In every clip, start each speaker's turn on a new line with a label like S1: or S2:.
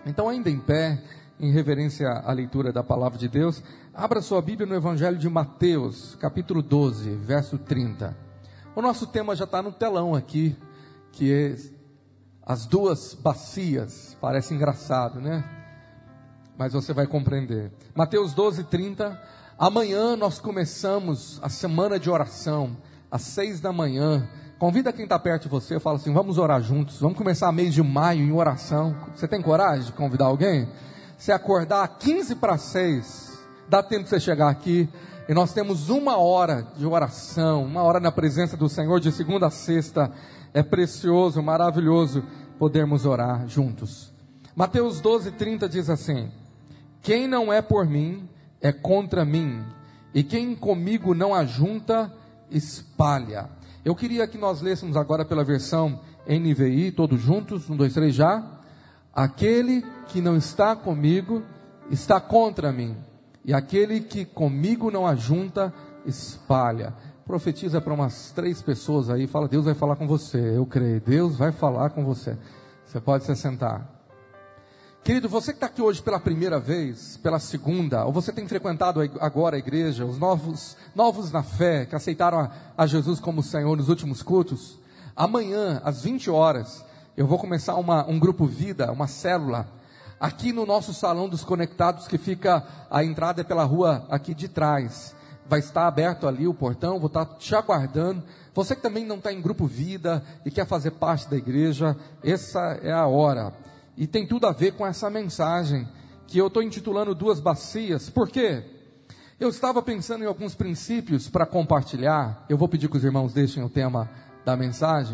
S1: Então, ainda em pé, em reverência à leitura da palavra de Deus, abra sua Bíblia no Evangelho de Mateus, capítulo 12, verso 30. O nosso tema já está no telão aqui, que é as duas bacias. Parece engraçado, né? Mas você vai compreender. Mateus 12, 30. Amanhã nós começamos a semana de oração, às 6 da manhã. Convida quem está perto de você, fala assim, vamos orar juntos, vamos começar mês de maio em oração. Você tem coragem de convidar alguém? Se acordar 15 para 6, dá tempo de você chegar aqui, e nós temos 1 hora de oração, 1 hora na presença do Senhor, de segunda a sexta. É precioso, maravilhoso podermos orar juntos. Mateus 12, 30 diz assim: quem não é por mim, é contra mim, e quem comigo não ajunta, espalha. Eu queria que nós lêssemos agora pela versão NVI, todos juntos, 1, 2, 3 já. Aquele que não está comigo, está contra mim, e aquele que comigo não ajunta, espalha. Profetiza para umas 3 pessoas aí, fala, Deus vai falar com você, eu creio, Deus vai falar com você. Você pode se sentar. Querido, você que está aqui hoje pela primeira vez, pela segunda, ou você tem frequentado agora a igreja, os novos na fé, que aceitaram a Jesus como Senhor nos últimos cultos, amanhã, às 20 horas, eu vou começar um grupo vida, uma célula, aqui no nosso salão dos conectados, que fica, a entrada é pela rua aqui de trás, vai estar aberto ali o portão, vou estar te aguardando. Você que também não está em grupo vida, e quer fazer parte da igreja, essa é a hora. E tem tudo a ver com essa mensagem, que eu estou intitulando Duas Bacias. Por quê? Eu estava pensando em alguns princípios para compartilhar. Eu vou pedir que os irmãos deixem o tema da mensagem.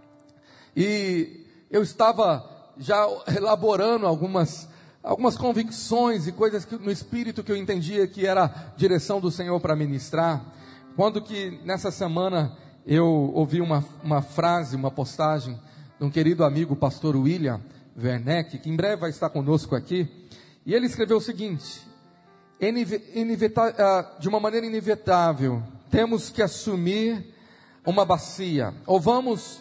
S1: E eu estava já elaborando algumas convicções e coisas no Espírito que eu entendia que era a direção do Senhor para ministrar. Quando que nessa semana eu ouvi uma frase, uma postagem de um querido amigo, o pastor William Werneck, que em breve vai estar conosco aqui, e ele escreveu o seguinte: de uma maneira inevitável, temos que assumir uma bacia, ou vamos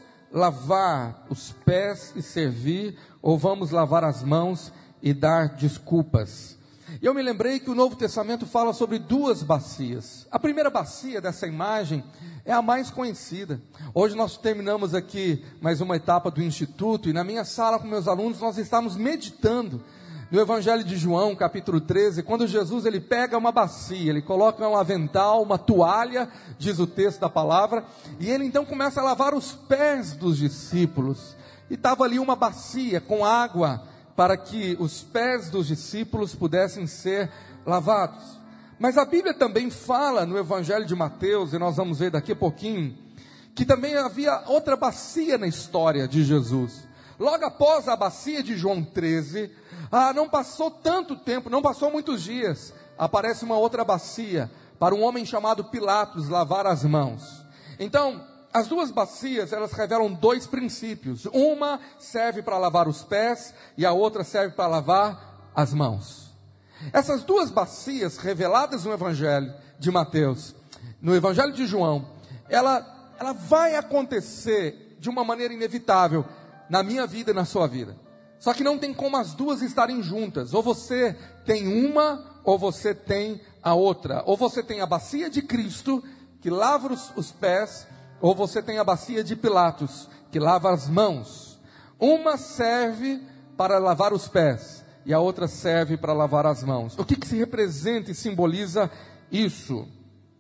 S1: lavar os pés e servir, ou vamos lavar as mãos e dar desculpas. E eu me lembrei que o Novo Testamento fala sobre 2 bacias. A primeira bacia dessa imagem é a mais conhecida. Hoje nós terminamos aqui mais uma etapa do Instituto, e na minha sala com meus alunos nós estamos meditando no Evangelho de João, capítulo 13, quando Jesus ele pega uma bacia, ele coloca um avental, uma toalha, diz o texto da palavra, e ele então começa a lavar os pés dos discípulos, e estava ali uma bacia com água, para que os pés dos discípulos pudessem ser lavados. Mas a Bíblia também fala no Evangelho de Mateus, e nós vamos ver daqui a pouquinho, que também havia outra bacia na história de Jesus. Logo após a bacia de João 13, não passou tanto tempo, não passou muitos dias, aparece uma outra bacia, para um homem chamado Pilatos lavar as mãos. Então, as 2 bacias, elas revelam 2 princípios. Uma serve para lavar os pés, e a outra serve para lavar as mãos. Essas 2 bacias reveladas no Evangelho de Mateus, no Evangelho de João, ela vai acontecer de uma maneira inevitável na minha vida e na sua vida. Só que não tem como as 2 estarem juntas. Ou você tem uma, ou você tem a outra. Ou você tem a bacia de Cristo, que lava os pés, ou você tem a bacia de Pilatos, que lava as mãos. Uma serve para lavar os pés, e a outra serve para lavar as mãos. O que se representa e simboliza isso?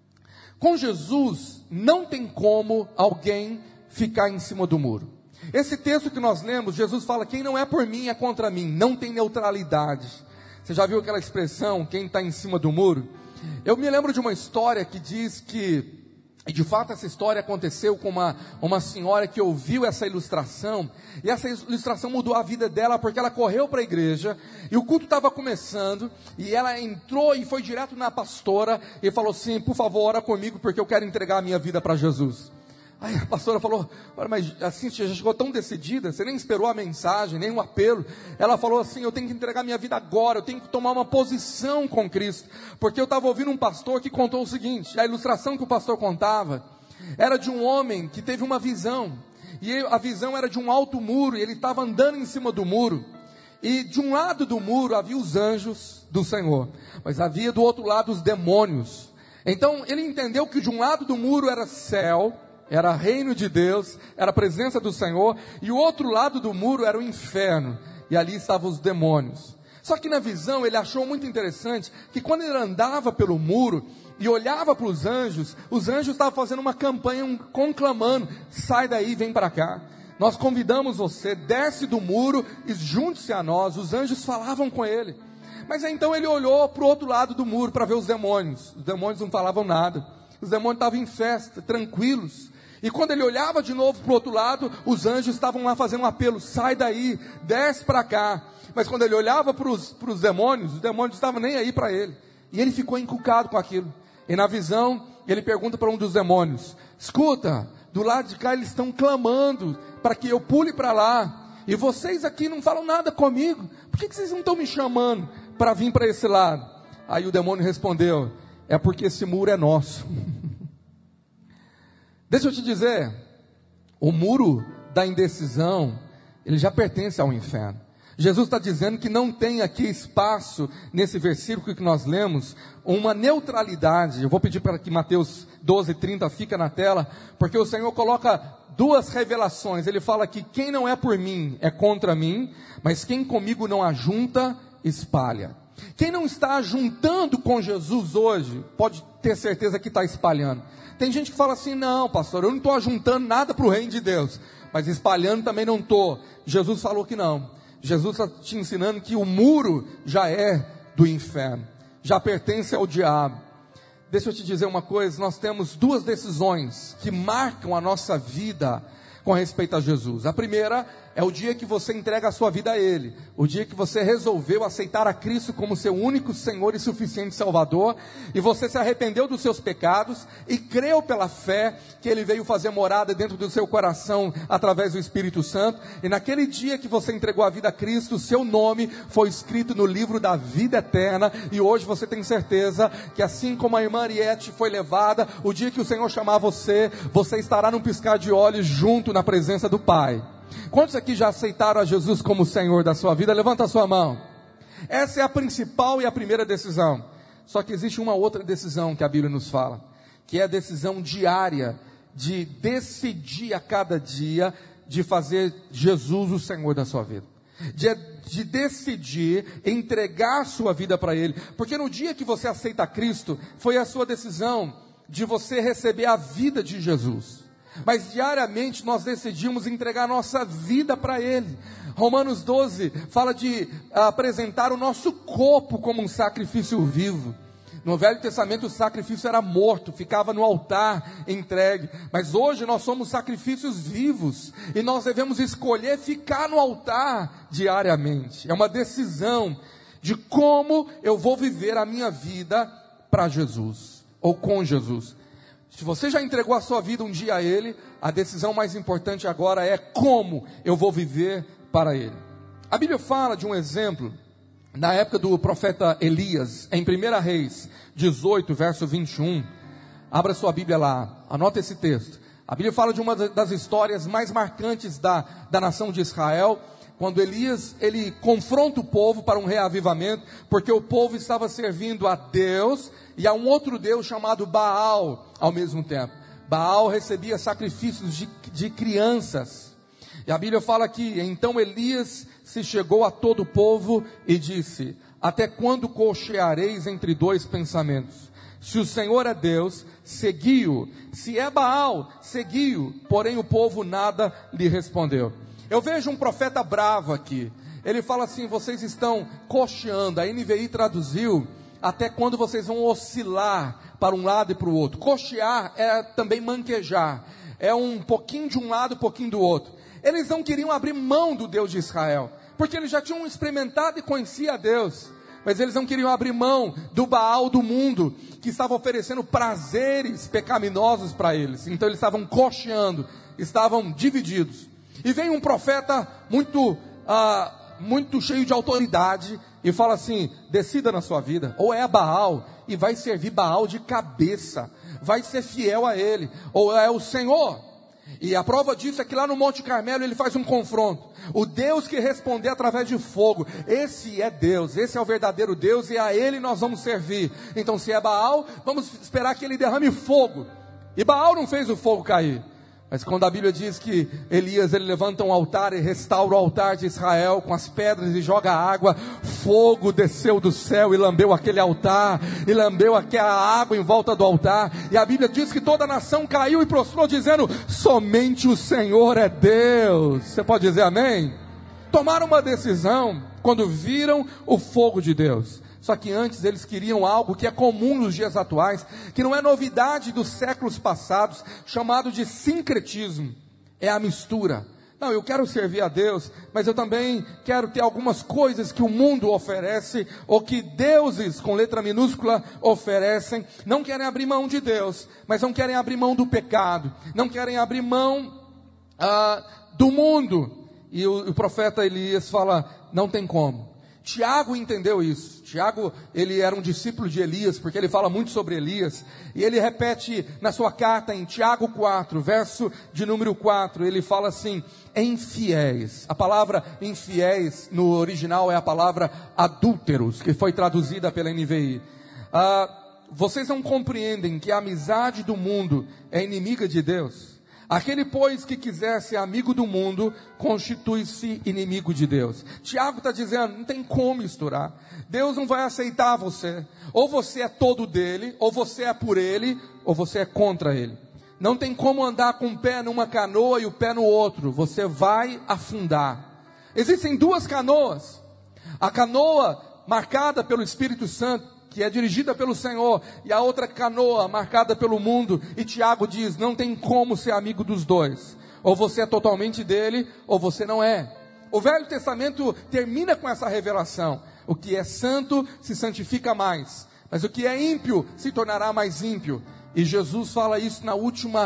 S1: Com Jesus, não tem como alguém ficar em cima do muro. Esse texto que nós lemos, Jesus fala, quem não é por mim, é contra mim. Não tem neutralidade. Você já viu aquela expressão, quem está em cima do muro? Eu me lembro de uma história que diz que, e de fato essa história aconteceu com uma senhora que ouviu essa ilustração, e essa ilustração mudou a vida dela, porque ela correu para a igreja, e o culto estava começando, e ela entrou e foi direto na pastora, e falou assim, por favor, ora comigo, porque eu quero entregar a minha vida para Jesus. Aí a pastora falou, mas assim, você já chegou tão decidida, você nem esperou a mensagem, nem o apelo. Ela falou assim, eu tenho que entregar minha vida agora, eu tenho que tomar uma posição com Cristo. Porque eu estava ouvindo um pastor que contou o seguinte, a ilustração que o pastor contava, era de um homem que teve uma visão, e a visão era de um alto muro, e ele estava andando em cima do muro, E de um lado do muro havia os anjos do Senhor, mas havia do outro lado os demônios. Então ele entendeu que de um lado do muro era céu, era reino de Deus, era a presença do Senhor, e o outro lado do muro era o inferno, e ali estavam os demônios. Só que na visão ele achou muito interessante que quando ele andava pelo muro e olhava para os anjos estavam fazendo uma campanha, conclamando: sai daí, vem para cá. Nós convidamos você, desce do muro e junte-se a nós. Os anjos falavam com ele. Mas aí, então ele olhou para o outro lado do muro para ver os demônios. Os demônios não falavam nada. Os demônios estavam em festa, tranquilos. E quando ele olhava de novo para o outro lado, os anjos estavam lá fazendo um apelo: sai daí, desce para cá. Mas quando ele olhava para os demônios, os demônios não estavam nem aí para ele. E ele ficou encucado com aquilo. E na visão, ele pergunta para um dos demônios: escuta, do lado de cá eles estão clamando para que eu pule para lá, e vocês aqui não falam nada comigo. Por que vocês não estão me chamando para vir para esse lado? Aí o demônio respondeu: é porque esse muro é nosso. Deixa eu te dizer, o muro da indecisão, ele já pertence ao inferno. Jesus está dizendo que não tem aqui espaço, nesse versículo que nós lemos, uma neutralidade. Eu vou pedir para que Mateus 12:30 fica na tela, porque o Senhor coloca duas revelações. Ele fala que quem não é por mim é contra mim, mas quem comigo não ajunta, espalha. Quem não está juntando com Jesus hoje, pode ter certeza que está espalhando. Tem gente que fala assim: não, pastor, eu não estou ajuntando nada para o reino de Deus, mas espalhando também não estou. Jesus falou que não. Jesus está te ensinando que o muro já é do inferno, já pertence ao diabo. Deixa eu te dizer uma coisa: nós temos duas decisões que marcam a nossa vida com respeito a Jesus. A primeira é o dia que você entrega a sua vida a Ele, o dia que você resolveu aceitar a Cristo como seu único Senhor e suficiente Salvador, e você se arrependeu dos seus pecados e creu pela fé que Ele veio fazer morada dentro do seu coração através do Espírito Santo. E naquele dia que você entregou a vida a Cristo, o seu nome foi escrito no livro da vida eterna, e hoje você tem certeza que assim como a irmã Ariete foi levada, o dia que o Senhor chamar você, você estará num piscar de olhos junto na presença do Pai. Quantos aqui já aceitaram a Jesus como Senhor da sua vida? Levanta a sua mão. Essa é a principal e a primeira decisão. Só que existe uma outra decisão que a Bíblia nos fala, que é a decisão diária, de decidir a cada dia, de fazer Jesus o Senhor da sua vida, de decidir entregar a sua vida para Ele, porque no dia que você aceita Cristo, foi a sua decisão de você receber a vida de Jesus. Mas diariamente nós decidimos entregar a nossa vida para Ele. Romanos 12 fala de apresentar o nosso corpo como um sacrifício vivo. No Velho Testamento o sacrifício era morto, ficava no altar entregue. Mas hoje nós somos sacrifícios vivos, e nós devemos escolher ficar no altar diariamente. É uma decisão de como eu vou viver a minha vida para Jesus, ou com Jesus. Se você já entregou a sua vida um dia a Ele, a decisão mais importante agora é como eu vou viver para Ele. A Bíblia fala de um exemplo, na época do profeta Elias, em 1 Reis 18, verso 21, abra sua Bíblia lá, anota esse texto. A Bíblia fala de uma das histórias mais marcantes da nação de Israel, quando Elias, ele confronta o povo para um reavivamento, porque o povo estava servindo a Deus e a um outro Deus chamado Baal ao mesmo tempo. Baal recebia sacrifícios de crianças. E a Bíblia fala que então Elias se chegou a todo o povo e disse: até quando cocheareis entre dois pensamentos? Se o Senhor é Deus, segui-o. Se é Baal, segui-o. Porém o povo nada lhe respondeu. Eu vejo um profeta bravo aqui. Ele fala assim: vocês estão cocheando. A NVI traduziu: até quando vocês vão oscilar para um lado e para o outro. Cochear é também manquejar, é um pouquinho de um lado, um pouquinho do outro. Eles não queriam abrir mão do Deus de Israel, porque eles já tinham experimentado e conheciam a Deus, mas eles não queriam abrir mão do Baal do mundo, que estava oferecendo prazeres pecaminosos para eles. Então eles estavam cocheando, estavam divididos. E vem um profeta muito cheio de autoridade e fala assim: decida na sua vida, ou é Baal e vai servir Baal de cabeça, vai ser fiel a ele, ou é o Senhor. E a prova disso é que lá no Monte Carmelo ele faz um confronto. O Deus que responder através de fogo, esse é Deus, esse é o verdadeiro Deus e a Ele nós vamos servir. Então se é Baal, vamos esperar que ele derrame fogo. E Baal não fez o fogo cair. Mas quando a Bíblia diz que Elias ele levanta um altar e restaura o altar de Israel com as pedras e joga água, fogo desceu do céu e lambeu aquele altar, e lambeu aquela água em volta do altar, e a Bíblia diz que toda a nação caiu e prostrou dizendo, somente o Senhor é Deus. Você pode dizer amém? Tomaram uma decisão quando viram o fogo de Deus. Só que antes eles queriam algo que é comum nos dias atuais, que não é novidade dos séculos passados, chamado de sincretismo. É a mistura. Não, eu quero servir a Deus, mas eu também quero ter algumas coisas que o mundo oferece, ou que deuses com letra minúscula oferecem. Não querem abrir mão de Deus, mas não querem abrir mão do pecado, não querem abrir mão do mundo. E o profeta Elias fala, não tem como. Tiago entendeu isso. Tiago, ele era um discípulo de Elias, porque ele fala muito sobre Elias, e ele repete na sua carta em Tiago 4, verso de número 4, ele fala assim, infiéis. A palavra infiéis no original é a palavra adúlteros, que foi traduzida pela NVI. Vocês não compreendem que a amizade do mundo é inimiga de Deus? Aquele, pois, que quiser ser amigo do mundo, constitui-se inimigo de Deus. Tiago está dizendo, não tem como misturar. Deus não vai aceitar você. Ou você é todo dele, ou você é por ele, ou você é contra ele. Não tem como andar com o pé numa canoa e o pé no outro. Você vai afundar. Existem duas canoas. A canoa marcada pelo Espírito Santo, que é dirigida pelo Senhor, e a outra canoa marcada pelo mundo, e Tiago diz, não tem como ser amigo dos dois, ou você é totalmente dele, ou você não é. O Velho Testamento termina com essa revelação, o que é santo se santifica mais, mas o que é ímpio se tornará mais ímpio, e Jesus fala isso no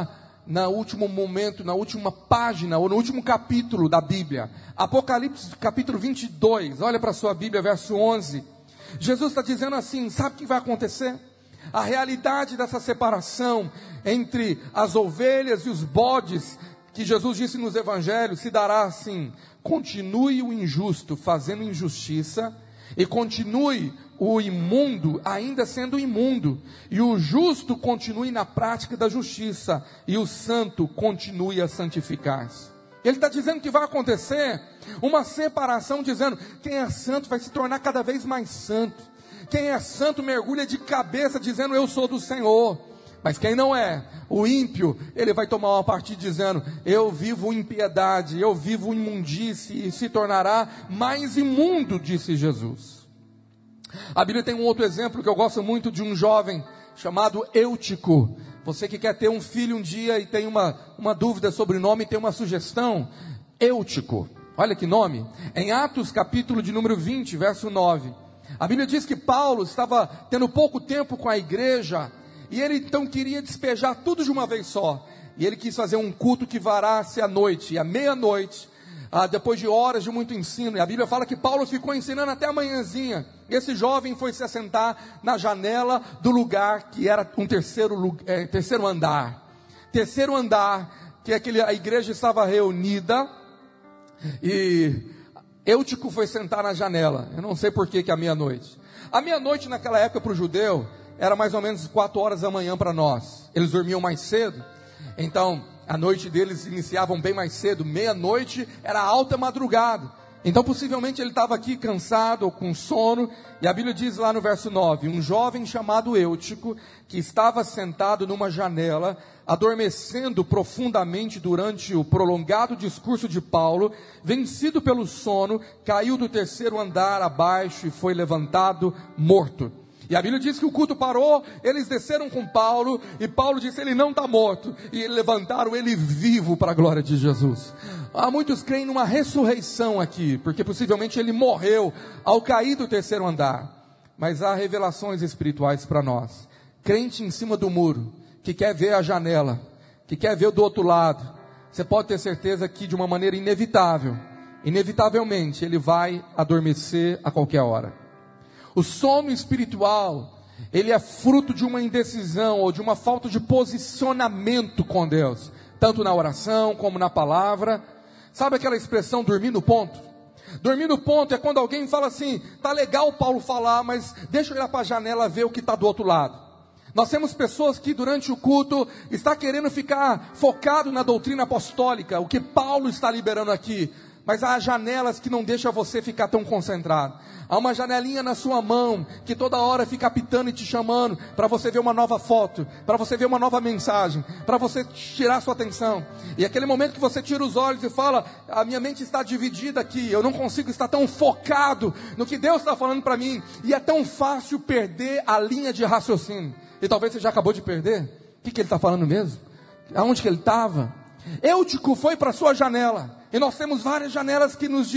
S1: último momento, na última página, ou no último capítulo da Bíblia, Apocalipse capítulo 22, olha para a sua Bíblia, verso 11, Jesus está dizendo assim, sabe o que vai acontecer? A realidade dessa separação entre as ovelhas e os bodes, que Jesus disse nos evangelhos, se dará assim, continue o injusto fazendo injustiça, e continue o imundo ainda sendo imundo, e o justo continue na prática da justiça, e o santo continue a santificar-se. Ele está dizendo que vai acontecer uma separação, dizendo, quem é santo vai se tornar cada vez mais santo, quem é santo mergulha de cabeça, dizendo, eu sou do Senhor, mas quem não é, o ímpio, ele vai tomar uma partida dizendo, eu vivo impiedade, eu vivo imundície, e se tornará mais imundo, disse Jesus. A Bíblia tem um outro exemplo, que eu gosto muito, de um jovem, chamado Eutico. Você que quer ter um filho um dia e tem uma dúvida sobre o nome, tem uma sugestão, Eutico, olha que nome, em Atos capítulo de número 20, verso 9, a Bíblia diz que Paulo estava tendo pouco tempo com a igreja, e ele então queria despejar tudo de uma vez só, e ele quis fazer um culto que varasse à noite, e à meia-noite, depois de horas de muito ensino, e a Bíblia fala que Paulo ficou ensinando até a manhãzinha, e esse jovem foi se assentar na janela do lugar que era um terceiro andar, que a igreja estava reunida, e Eutico foi sentar na janela, eu não sei por que à meia-noite. A meia-noite naquela época para o judeu, era mais ou menos 4 horas da manhã para nós, eles dormiam mais cedo, então a noite deles iniciavam bem mais cedo, meia-noite era alta madrugada, então possivelmente ele estava aqui cansado ou com sono, e a Bíblia diz lá no verso 9, um jovem chamado Eutico, que estava sentado numa janela, adormecendo profundamente durante o prolongado discurso de Paulo, vencido pelo sono, caiu do 3º andar abaixo e foi levantado morto. E a Bíblia diz que o culto parou, eles desceram com Paulo, e Paulo disse, ele não está morto, e levantaram ele vivo para a glória de Jesus. Há muitos creem numa ressurreição aqui, porque possivelmente ele morreu ao cair do 3º andar, mas há revelações espirituais para nós. Crente em cima do muro, que quer ver a janela, que quer ver do outro lado, você pode ter certeza que de uma maneira inevitavelmente ele vai adormecer a qualquer hora. O sono espiritual, ele é fruto de uma indecisão ou de uma falta de posicionamento com Deus. tanto na oração como na palavra. Sabe aquela expressão dormir no ponto? Dormir no ponto é quando alguém fala assim: tá legal Paulo falar, mas deixa eu olhar para a janela ver o que está do outro lado. Nós temos pessoas que durante o culto está querendo ficar focado na doutrina apostólica, o que Paulo está liberando aqui, mas há janelas que não deixam você ficar tão concentrado. Há uma janelinha na sua mão que toda hora fica apitando e te chamando para você ver uma nova foto, para você ver uma nova mensagem, para você tirar sua atenção. E aquele momento que você tira os olhos e fala: a minha mente está dividida aqui, eu não consigo estar tão focado no que Deus está falando para mim, e é tão fácil perder a linha de raciocínio. E talvez você já acabou de perder. O que ele está falando mesmo? Aonde que ele estava? Eutico foi para sua janela. E nós temos várias janelas que nos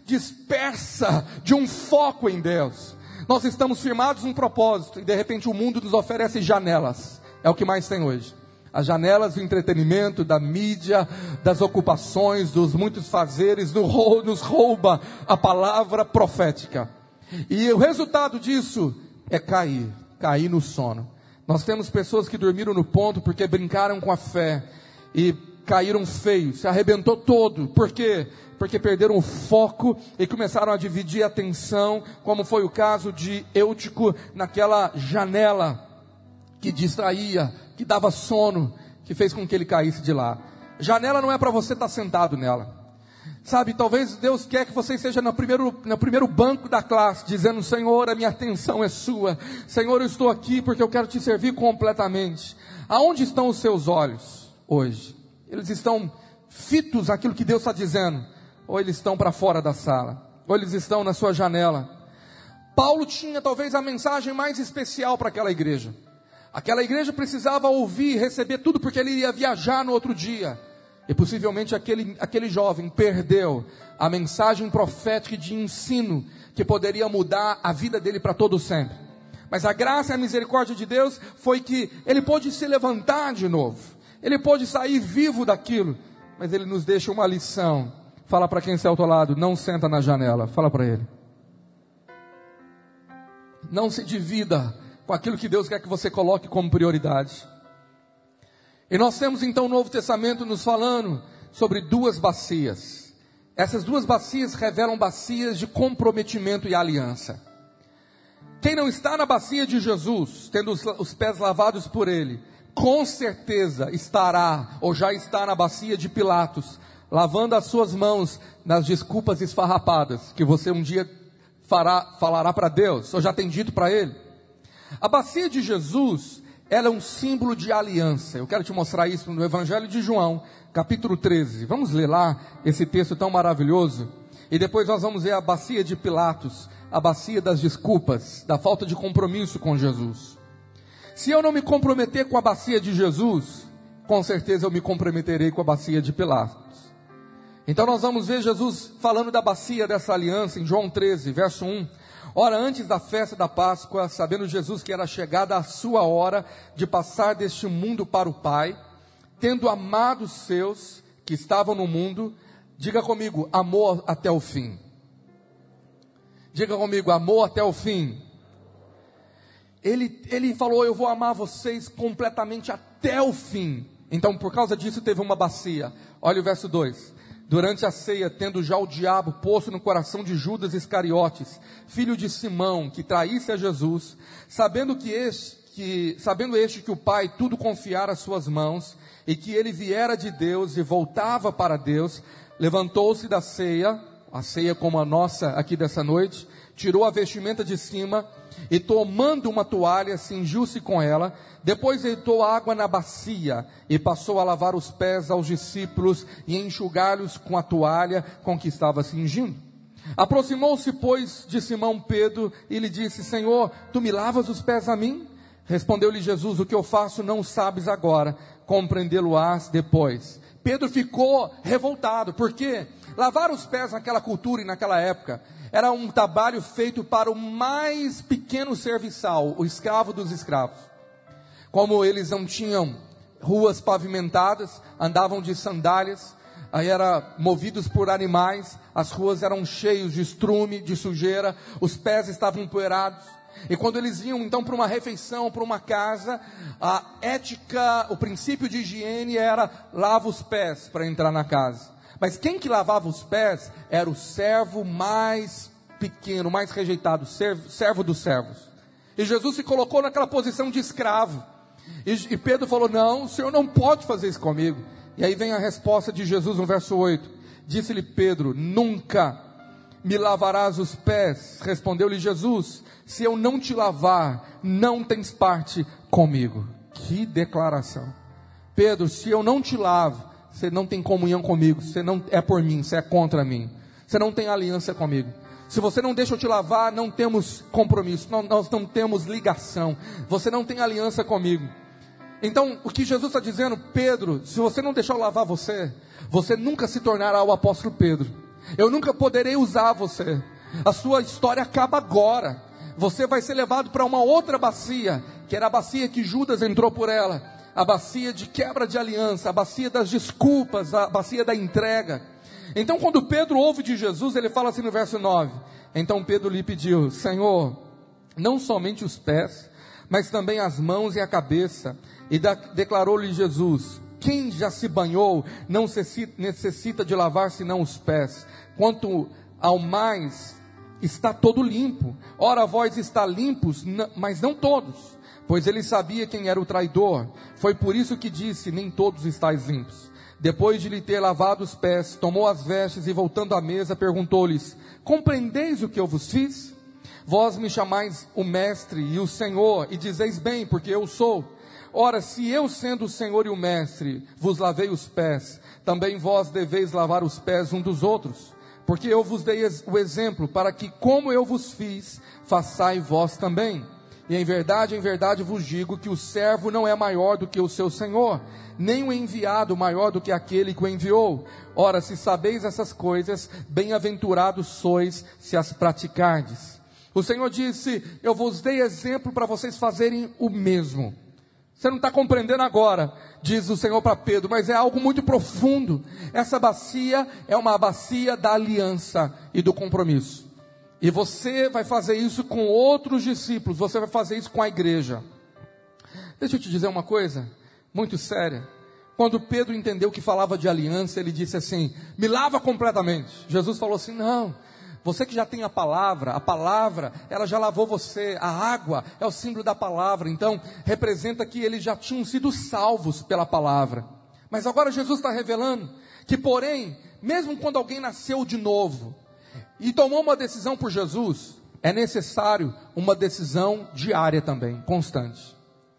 S1: dispersa de um foco em Deus. Nós estamos firmados num propósito, e de repente o mundo nos oferece janelas. É o que mais tem hoje. As janelas do entretenimento, da mídia, das ocupações, dos muitos fazeres, nos rouba a palavra profética. E o resultado disso é cair no sono. Nós temos pessoas que dormiram no ponto porque brincaram com a fé e caíram feio, se arrebentou todo. Por quê? Porque perderam o foco e começaram a dividir a atenção, como foi o caso de Eutico naquela janela que distraía, que dava sono, que fez com que ele caísse de lá. Janela não é para você estar sentado nela. Sabe, talvez Deus quer que você esteja no primeiro banco da classe, dizendo: Senhor, a minha atenção é sua. Senhor, eu estou aqui porque eu quero te servir completamente. Aonde estão os seus olhos hoje? Eles estão fitos naquilo que Deus está dizendo? Ou eles estão para fora da sala? Ou eles estão na sua janela? Paulo tinha talvez a mensagem mais especial para aquela igreja. Aquela igreja precisava ouvir e receber tudo, porque ele ia viajar no outro dia. E possivelmente aquele jovem perdeu a mensagem profética de ensino que poderia mudar a vida dele para todo sempre. Mas a graça e a misericórdia de Deus foi que ele pôde se levantar de novo. Ele pôde sair vivo daquilo. Mas ele nos deixa uma lição. Fala para quem está ao teu lado: não senta na janela. Fala para ele. Não se divida com aquilo que Deus quer que você coloque como prioridade. E nós temos então o Novo Testamento nos falando sobre duas bacias. Essas duas bacias revelam bacias de comprometimento e aliança. Quem não está na bacia de Jesus, tendo os pés lavados por ele, com certeza estará ou já está na bacia de Pilatos, lavando as suas mãos nas desculpas esfarrapadas que você um dia falará para Deus, ou já tem dito para ele. A bacia de Jesus, ela é um símbolo de aliança. Eu quero te mostrar isso no Evangelho de João, capítulo 13. Vamos ler lá esse texto tão maravilhoso. E depois nós vamos ver a bacia de Pilatos, a bacia das desculpas, da falta de compromisso com Jesus. Se eu não me comprometer com a bacia de Jesus, com certeza eu me comprometerei com a bacia de Pilatos. Então nós vamos ver Jesus falando da bacia dessa aliança em João 13, verso 1. Ora, antes da festa da Páscoa, sabendo Jesus que era chegada a sua hora de passar deste mundo para o Pai, tendo amado os seus que estavam no mundo, diga comigo, amor até o fim. Diga comigo, amor até o fim. Ele falou: eu vou amar vocês completamente até o fim. Então, por causa disso, teve uma bacia. Olha o verso 2. Durante a ceia, tendo já o diabo posto no coração de Judas Iscariotes, filho de Simão, que traísse a Jesus, sabendo este que o Pai tudo confiara às suas mãos, e que ele viera de Deus e voltava para Deus, levantou-se da ceia, a ceia como a nossa aqui dessa noite, tirou a vestimenta de cima, e tomando uma toalha, cingiu-se com ela, depois deitou água na bacia, e passou a lavar os pés aos discípulos, e enxugá-los com a toalha com que estava cingindo. Aproximou-se, pois, de Simão Pedro, e lhe disse: Senhor, tu me lavas os pés a mim? Respondeu-lhe Jesus: o que eu faço não sabes agora, compreendê-lo-ás depois. Pedro ficou revoltado, porque lavar os pés naquela cultura e naquela época era um trabalho feito para o mais pequeno serviçal, o escravo dos escravos. Como eles não tinham ruas pavimentadas, andavam de sandálias, aí eram movidos por animais, as ruas eram cheias de estrume, de sujeira, os pés estavam empoeirados. E quando eles iam então para uma refeição, para uma casa, a ética, o princípio de higiene era: lava os pés para entrar na casa. Mas quem que lavava os pés era o servo mais pequeno, mais rejeitado, servo dos servos. E Jesus se colocou naquela posição de escravo. E Pedro falou: não, o Senhor não pode fazer isso comigo. E aí vem a resposta de Jesus no verso 8. Disse-lhe Pedro: nunca me lavarás os pés. Respondeu-lhe Jesus: se eu não te lavar, não tens parte comigo. Que declaração. Pedro, se eu não te lavo, você não tem comunhão comigo, você não é por mim, você é contra mim, você não tem aliança comigo. Se você não deixa eu te lavar, não temos compromisso, nós não temos ligação, você não tem aliança comigo. Então, o que Jesus está dizendo: Pedro, se você não deixar eu lavar você, você nunca se tornará o apóstolo Pedro. Eu nunca poderei usar você. A sua história acaba agora. Você vai ser levado para uma outra bacia, que era a bacia que Judas entrou por ela, a bacia de quebra de aliança, a bacia das desculpas, a bacia da entrega. Então quando Pedro ouve de Jesus, ele fala assim no verso 9, então Pedro lhe pediu: Senhor, não somente os pés, mas também as mãos e a cabeça. E declarou-lhe Jesus: quem já se banhou não necessita de lavar senão os pés, quanto ao mais está todo limpo. Ora, vós está limpos, mas não todos. Pois ele sabia quem era o traidor. Foi por isso que disse: nem todos estáis limpos. Depois de lhe ter lavado os pés, tomou as vestes e voltando à mesa, perguntou-lhes: compreendeis o que eu vos fiz? Vós me chamais o mestre e o Senhor, e dizeis bem, porque eu sou. Ora, se eu, sendo o Senhor e o mestre, vos lavei os pés, também vós deveis lavar os pés um dos outros. Porque eu vos dei o exemplo, para que, como eu vos fiz, façais vós também. E em verdade vos digo que o servo não é maior do que o seu senhor, nem o enviado maior do que aquele que o enviou. Ora, se sabeis essas coisas, bem-aventurados sois se as praticardes. O Senhor disse: eu vos dei exemplo para vocês fazerem o mesmo. Você não está compreendendo agora, diz o Senhor para Pedro, mas é algo muito profundo. Essa bacia é uma bacia da aliança e do compromisso. E você vai fazer isso com outros discípulos, você vai fazer isso com a igreja. Deixa eu te dizer uma coisa muito séria. Quando Pedro entendeu que falava de aliança, ele disse assim: me lava completamente. Jesus falou assim: não, você que já tem a palavra, ela já lavou você. A água é o símbolo da palavra, então representa que eles já tinham sido salvos pela palavra. Mas agora Jesus está revelando que, porém, mesmo quando alguém nasceu de novo e tomou uma decisão por Jesus, é necessário uma decisão diária também, constante.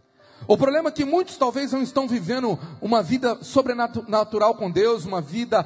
S1: O problema é que muitos talvez não estão vivendo uma vida sobrenatural com Deus, uma vida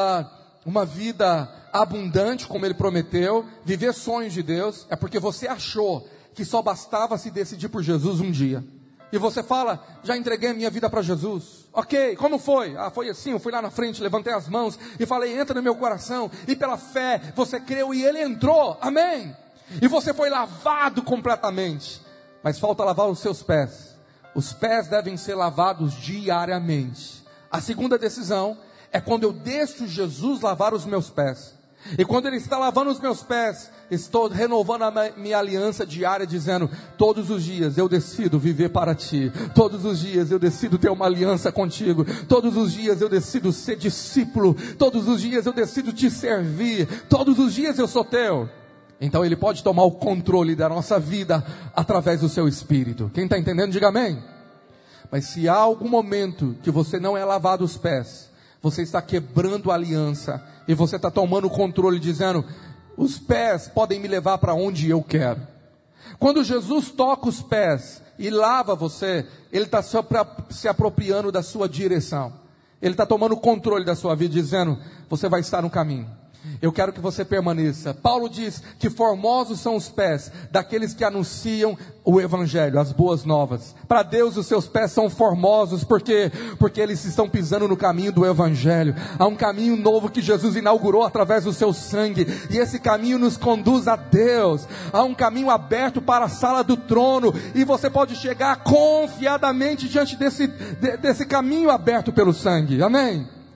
S1: abundante como Ele prometeu, viver sonhos de Deus, é porque você achou que só bastava se decidir por Jesus um dia. E você fala: já entreguei a minha vida para Jesus. Ok, como foi? Foi assim, eu fui lá na frente, levantei as mãos e falei: entra no meu coração. E pela fé, você creu e Ele entrou, amém. E você foi lavado completamente. Mas falta lavar os seus pés. Os pés devem ser lavados diariamente. A segunda decisão é quando eu deixo Jesus lavar os meus pés. E quando Ele está lavando os meus pés, estou renovando a minha aliança diária, dizendo: todos os dias eu decido viver para Ti, todos os dias eu decido ter uma aliança contigo, todos os dias eu decido ser discípulo, todos os dias eu decido Te servir, todos os dias eu sou Teu. Então Ele pode tomar o controle da nossa vida através do Seu Espírito. Quem está entendendo, diga amém. Mas se há algum momento que você não é lavado os pés, você está quebrando a aliança, e você está tomando o controle, dizendo: os pés podem me levar para onde eu quero. Quando Jesus toca os pés e lava você, Ele está se apropriando da sua direção. Ele está tomando o controle da sua vida, dizendo: você vai estar no caminho. Eu quero que você permaneça. Paulo diz que formosos são os pés daqueles que anunciam o Evangelho, as boas novas. Para Deus os seus pés são formosos, porque eles estão pisando no caminho do Evangelho. Há um caminho novo que Jesus inaugurou através do seu sangue, e esse caminho nos conduz a Deus. Há um caminho aberto para a sala do trono, e você pode chegar confiadamente diante desse caminho aberto pelo sangue, amém?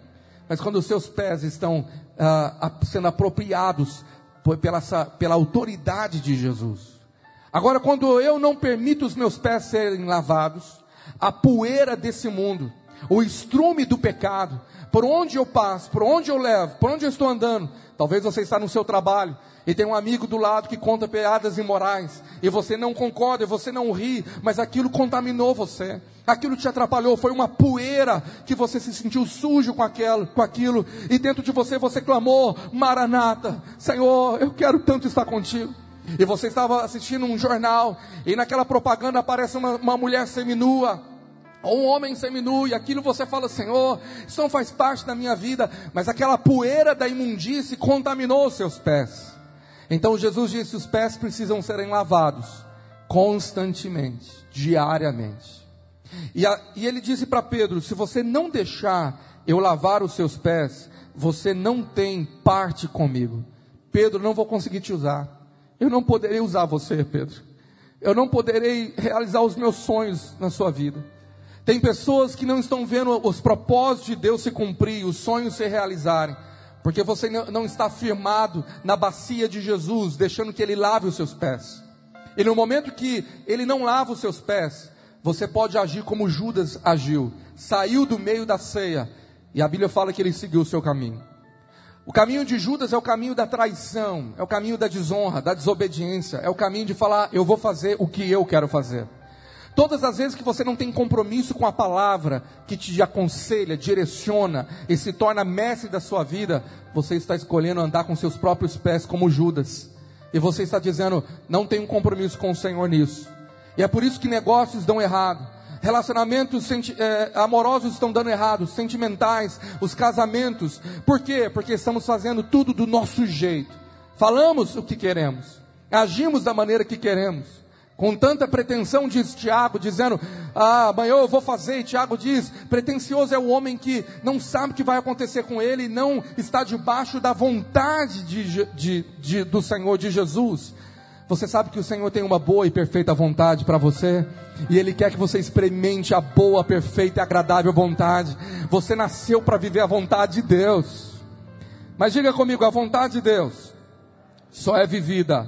S1: mas quando os seus pés estão sendo apropriados pela autoridade de Jesus. Agora, quando eu não permito os meus pés serem lavados, a poeira desse mundo, o estrume do pecado, por onde eu passo, por onde eu levo, por onde eu estou andando, talvez você está no seu trabalho, e tem um amigo do lado que conta piadas imorais, e você não concorda, e você não ri, mas aquilo contaminou você, aquilo te atrapalhou, foi uma poeira, que você se sentiu sujo com aquilo, e dentro de você, você clamou, Maranata, Senhor, eu quero tanto estar contigo. E você estava assistindo um jornal, e naquela propaganda aparece uma mulher seminua, ou um homem seminu, e aquilo você fala, Senhor, isso não faz parte da minha vida, mas aquela poeira da imundície contaminou os seus pés. Então Jesus disse, os pés precisam serem lavados, constantemente, diariamente. E ele disse para Pedro, se você não deixar eu lavar os seus pés, você não tem parte comigo. Pedro, não vou conseguir te usar, eu não poderei usar você, Pedro, eu não poderei realizar os meus sonhos na sua vida. Tem pessoas que não estão vendo os propósitos de Deus se cumprir, os sonhos se realizarem, porque você não está firmado na bacia de Jesus, deixando que Ele lave os seus pés. E no momento que Ele não lava os seus pés, você pode agir como Judas agiu, saiu do meio da ceia, e a Bíblia fala que ele seguiu o seu caminho. O caminho de Judas é o caminho da traição, é o caminho da desonra, da desobediência, é o caminho de falar, eu vou fazer o que eu quero fazer. Todas as vezes que você não tem compromisso com a palavra, que te aconselha, direciona, e se torna mestre da sua vida, você está escolhendo andar com seus próprios pés como Judas, e você está dizendo, não tenho compromisso com o Senhor nisso, e é por isso que negócios dão errado, relacionamentos amorosos estão dando errado, sentimentais, os casamentos, por quê? Porque estamos fazendo tudo do nosso jeito, falamos o que queremos, agimos da maneira que queremos, com tanta pretensão, diz Tiago, dizendo, amanhã eu vou fazer, e Tiago diz, pretensioso é o homem que não sabe o que vai acontecer com ele, e não está debaixo da vontade do Senhor, de Jesus. Você sabe que o Senhor tem uma boa e perfeita vontade para você, e Ele quer que você experimente a boa, perfeita e agradável vontade. Você nasceu para viver a vontade de Deus, mas diga comigo, a vontade de Deus só é vivida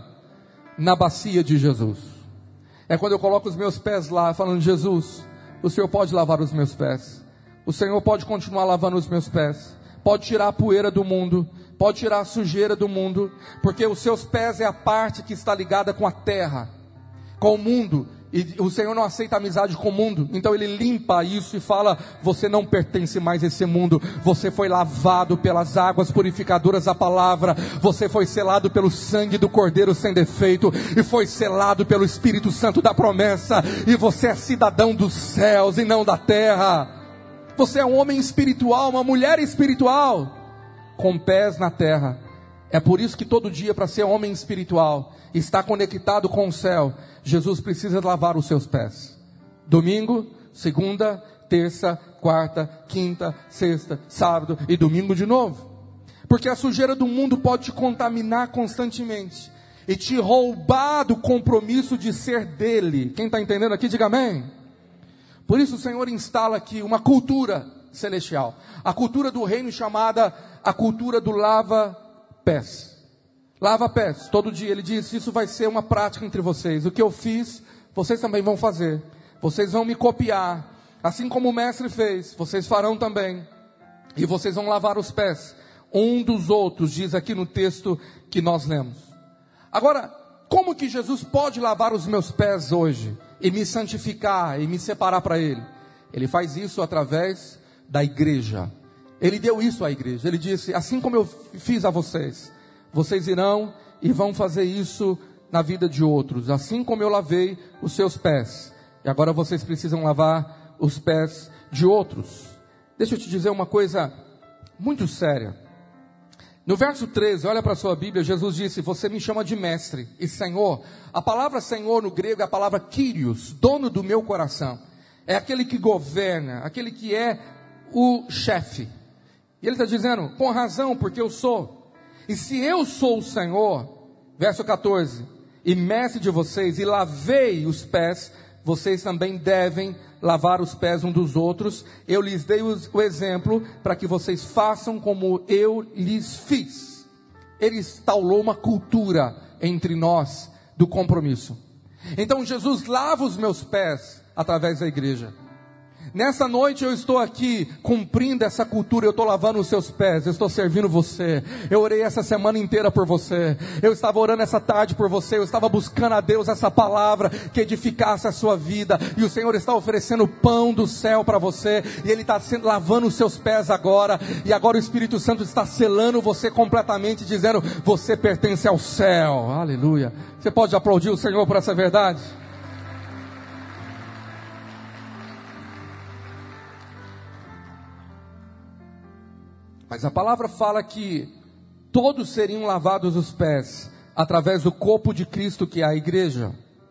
S1: na bacia de Jesus. É quando eu coloco os meus pés lá, falando, Jesus, o Senhor pode lavar os meus pés, o Senhor pode continuar lavando os meus pés, pode tirar a poeira do mundo, pode tirar a sujeira do mundo, porque os seus pés é a parte que está ligada com a terra, com o mundo, e o Senhor não aceita amizade com o mundo, então Ele limpa isso e fala, você não pertence mais a esse mundo, você foi lavado pelas águas purificadoras da palavra, você foi selado pelo sangue do Cordeiro sem defeito, e foi selado pelo Espírito Santo da promessa, e você é cidadão dos céus e não da terra, você é um homem espiritual, uma mulher espiritual, com pés na terra. É por isso que todo dia, para ser homem espiritual, estar conectado com o céu, Jesus precisa lavar os seus pés. Domingo, segunda, terça, quarta, quinta, sexta, sábado e domingo de novo. Porque a sujeira do mundo pode te contaminar constantemente e te roubar do compromisso de ser dele. Quem está entendendo aqui, diga amém. Por isso o Senhor instala aqui uma cultura celestial, a cultura do reino, chamada a cultura do lava-pés. Lava-pés, todo dia. Ele diz, isso vai ser uma prática entre vocês, o que eu fiz, vocês também vão fazer, vocês vão me copiar, assim como o mestre fez, vocês farão também, e vocês vão lavar os pés um dos outros, diz aqui no texto que nós lemos. Agora, como que Jesus pode lavar os meus pés hoje, e me santificar, e me separar para Ele? Ele faz isso através da igreja. Ele deu isso à igreja, ele disse, assim como eu fiz a vocês, vocês irão e vão fazer isso na vida de outros, assim como eu lavei os seus pés, e agora vocês precisam lavar os pés de outros. Deixa eu te dizer uma coisa muito séria. No verso 13, olha para a sua Bíblia, Jesus disse, você me chama de mestre e Senhor. A palavra Senhor no grego é a palavra Kyrios, dono do meu coração. É aquele que governa, aquele que é o chefe. E ele está dizendo, com razão, porque eu sou. E se eu sou o Senhor, verso 14, e mestre de vocês, e lavei os pés, vocês também devem lavar os pés um dos outros. Eu lhes dei o exemplo para que vocês façam como eu lhes fiz. Ele instaurou uma cultura entre nós do compromisso. Então Jesus lava os meus pés através da igreja. Nessa noite eu estou aqui cumprindo essa cultura, eu estou lavando os seus pés, eu estou servindo você. Eu orei essa semana inteira por você, eu estava orando essa tarde por você, eu estava buscando a Deus essa palavra que edificasse a sua vida, e o Senhor está oferecendo o pão do céu para você, e Ele está lavando os seus pés agora, e agora o Espírito Santo está selando você completamente, dizendo, você pertence ao céu. Aleluia. Você pode aplaudir o Senhor por essa verdade? Mas a palavra fala que todos seriam lavados os pés através do corpo de Cristo, que é a igreja.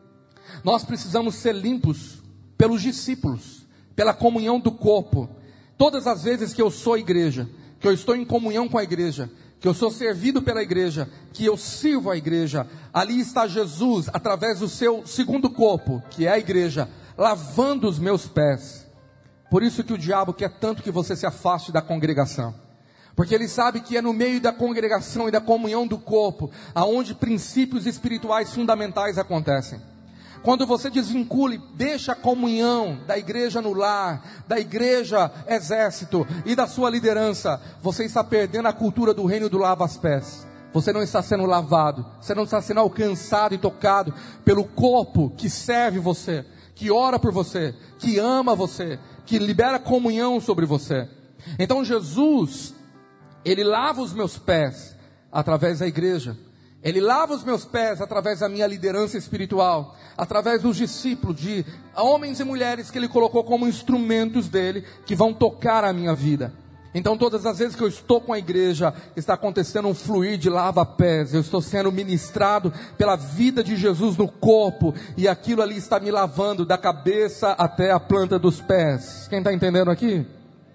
S1: Nós precisamos ser limpos pelos discípulos, pela comunhão do corpo. Todas as vezes que eu sou igreja, que eu estou em comunhão com a igreja, que eu sou servido pela igreja, que eu sirvo a igreja, ali está Jesus, através do seu segundo corpo, que é a igreja, lavando os meus pés. Por isso que o diabo quer tanto que você se afaste da congregação. Porque ele sabe que é no meio da congregação e da comunhão do corpo, aonde princípios espirituais fundamentais acontecem. Quando você desvincula e deixa a comunhão da igreja no lar, da igreja exército e da sua liderança, você está perdendo a cultura do reino do lava-pés. Você não está sendo lavado, você não está sendo alcançado e tocado pelo corpo que serve você, que ora por você, que ama você, que libera comunhão sobre você. Então Jesus, Ele lava os meus pés através da igreja. Ele lava os meus pés através da minha liderança espiritual, através dos discípulos, de homens e mulheres que Ele colocou como instrumentos dEle, que vão tocar a minha vida. Então todas as vezes que eu estou com a igreja, está acontecendo um fluir de lava-pés. Eu estou sendo ministrado pela vida de Jesus no corpo, e aquilo ali está me lavando da cabeça até a planta dos pés. Quem está entendendo aqui?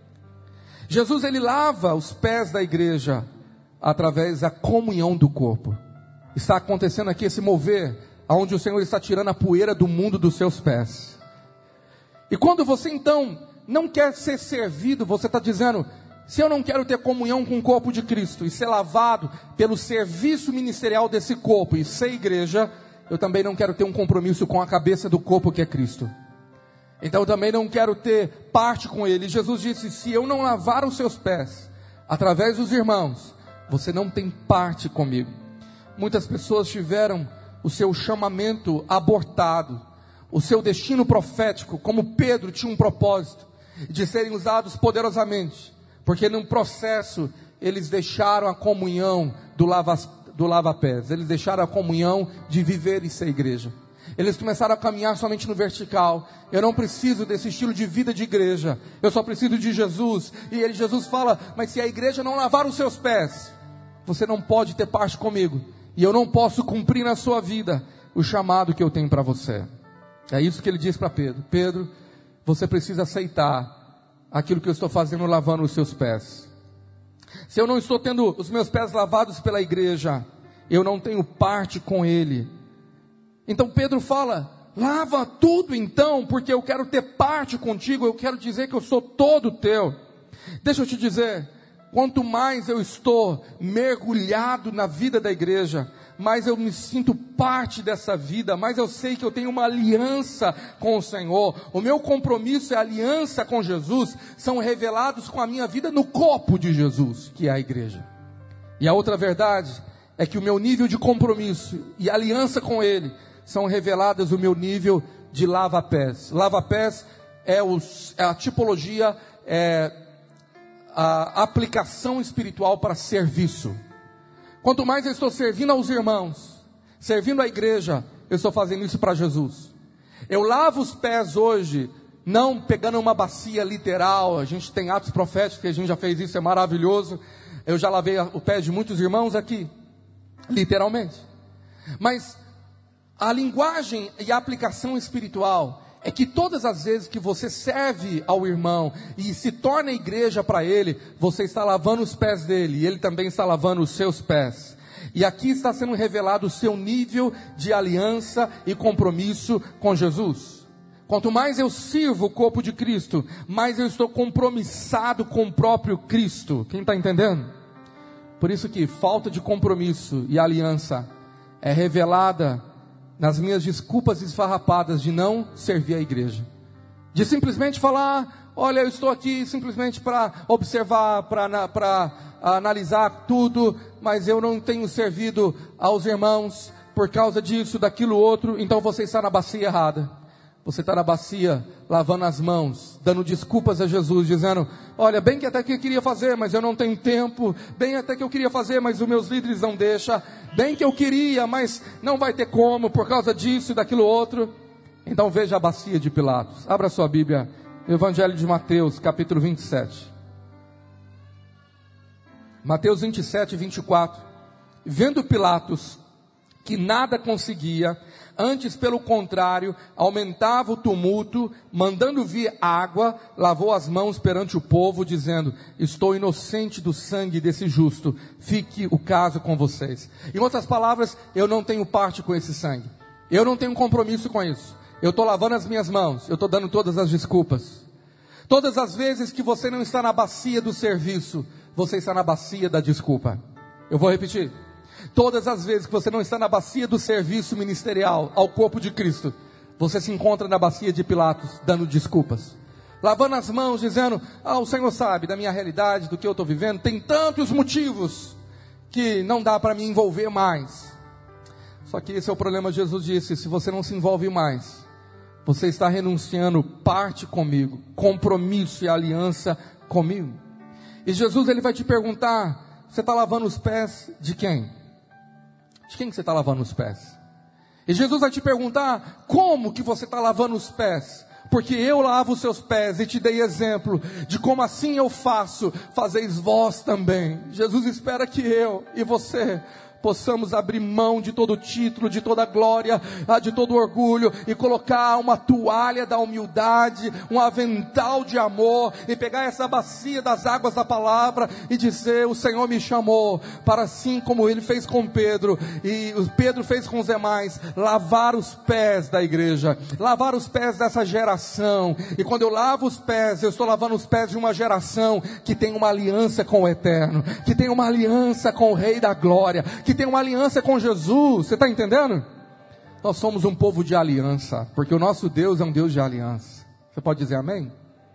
S1: Jesus, Ele lava os pés da igreja através da comunhão do corpo. Está acontecendo aqui esse mover, onde o Senhor está tirando a poeira do mundo dos seus pés. E quando você então não quer ser servido, você está dizendo, se eu não quero ter comunhão com o corpo de Cristo, e ser lavado pelo serviço ministerial desse corpo, e ser igreja, eu também não quero ter um compromisso com a cabeça do corpo que é Cristo. Então eu também não quero ter parte com Ele. Jesus disse, se eu não lavar os seus pés, através dos irmãos, você não tem parte comigo. Muitas pessoas tiveram o seu chamamento abortado, o seu destino profético, como Pedro tinha um propósito, de serem usados poderosamente, porque num processo, eles deixaram a comunhão do lava-pés, eles deixaram a comunhão de viver e ser igreja. Eles começaram a caminhar somente no vertical. Eu não preciso desse estilo de vida de igreja, eu só preciso de Jesus. E Jesus fala, mas se a igreja não lavar os seus pés, você não pode ter parte comigo, e eu não posso cumprir na sua vida o chamado que eu tenho para você. É isso que ele diz para Pedro. Pedro, você precisa aceitar aquilo que eu estou fazendo, lavando os seus pés. Se eu não estou tendo os meus pés lavados pela igreja, eu não tenho parte com Ele. Então Pedro fala, lava tudo então, porque eu quero ter parte contigo, eu quero dizer que eu sou todo teu. Deixa eu te dizer, quanto mais eu estou mergulhado na vida da igreja, mais eu me sinto parte dessa vida, mais eu sei que eu tenho uma aliança com o Senhor. O meu compromisso e a aliança com Jesus são revelados com a minha vida no corpo de Jesus, que é a igreja. E a outra verdade é que o meu nível de compromisso e aliança com Ele são reveladas o meu nível de lava-pés. Lava-pés é a tipologia, a aplicação espiritual para serviço. Quanto mais eu estou servindo aos irmãos, servindo a igreja, eu estou fazendo isso para Jesus. Eu lavo os pés hoje, não pegando uma bacia literal. A gente tem atos proféticos que a gente já fez isso, é maravilhoso. Eu já lavei o pé de muitos irmãos aqui, literalmente. Mas a linguagem e a aplicação espiritual é que todas as vezes que você serve ao irmão e se torna igreja para ele, você está lavando os pés dele, e ele também está lavando os seus pés. E aqui está sendo revelado o seu nível de aliança e compromisso com Jesus. Quanto mais eu sirvo o corpo de Cristo, mais eu estou compromissado com o próprio Cristo. Quem está entendendo? Por isso que falta de compromisso e aliança é revelada nas minhas desculpas esfarrapadas de não servir a igreja. De simplesmente falar, olha, eu estou aqui simplesmente para observar, para analisar tudo, mas eu não tenho servido aos irmãos por causa disso, daquilo outro, então você está na bacia errada. Você está na bacia, lavando as mãos, dando desculpas a Jesus, dizendo, olha, bem que até que eu queria fazer, mas eu não tenho tempo, bem até que eu queria fazer, mas os meus líderes não deixam, bem que eu queria, mas não vai ter como, por causa disso e daquilo outro. Então veja a bacia de Pilatos. Abra sua Bíblia, Evangelho de Mateus, capítulo 27. Mateus 27, 24. Vendo Pilatos que nada conseguia, antes pelo contrário, aumentava o tumulto, mandando vir água, lavou as mãos perante o povo, dizendo, estou inocente do sangue desse justo, fique o caso com vocês. Em outras palavras, eu não tenho parte com esse sangue, eu não tenho compromisso com isso, eu estou lavando as minhas mãos, eu estou dando todas as desculpas. Todas as vezes que você não está na bacia do serviço, você está na bacia da desculpa. Eu vou repetir. Todas as vezes que você não está na bacia do serviço ministerial ao corpo de Cristo, você se encontra na bacia de Pilatos, dando desculpas, lavando as mãos, dizendo, o Senhor sabe da minha realidade, do que eu estou vivendo, tem tantos motivos que não dá para me envolver mais. Só que esse é o problema. Jesus disse, se você não se envolve mais, você está renunciando parte comigo, compromisso e aliança comigo. E Jesus, ele vai te perguntar, você está lavando os pés de quem? De quem que você está lavando os pés? E Jesus vai te perguntar, como que você está lavando os pés? Porque eu lavo os seus pés e te dei exemplo de como assim eu faço, fazeis vós também. Jesus espera que eu e você possamos abrir mão de todo título, de toda glória, de todo orgulho, e colocar uma toalha da humildade, um avental de amor, e pegar essa bacia das águas da palavra, e dizer, o Senhor me chamou, para assim como Ele fez com Pedro, e o Pedro fez com os demais, lavar os pés da igreja, lavar os pés dessa geração. E quando eu lavo os pés, eu estou lavando os pés de uma geração que tem uma aliança com o Eterno, que tem uma aliança com o Rei da Glória, que tem uma aliança com Jesus. Você está entendendo? Nós somos um povo de aliança, porque o nosso Deus é um Deus de aliança. Você pode dizer amém?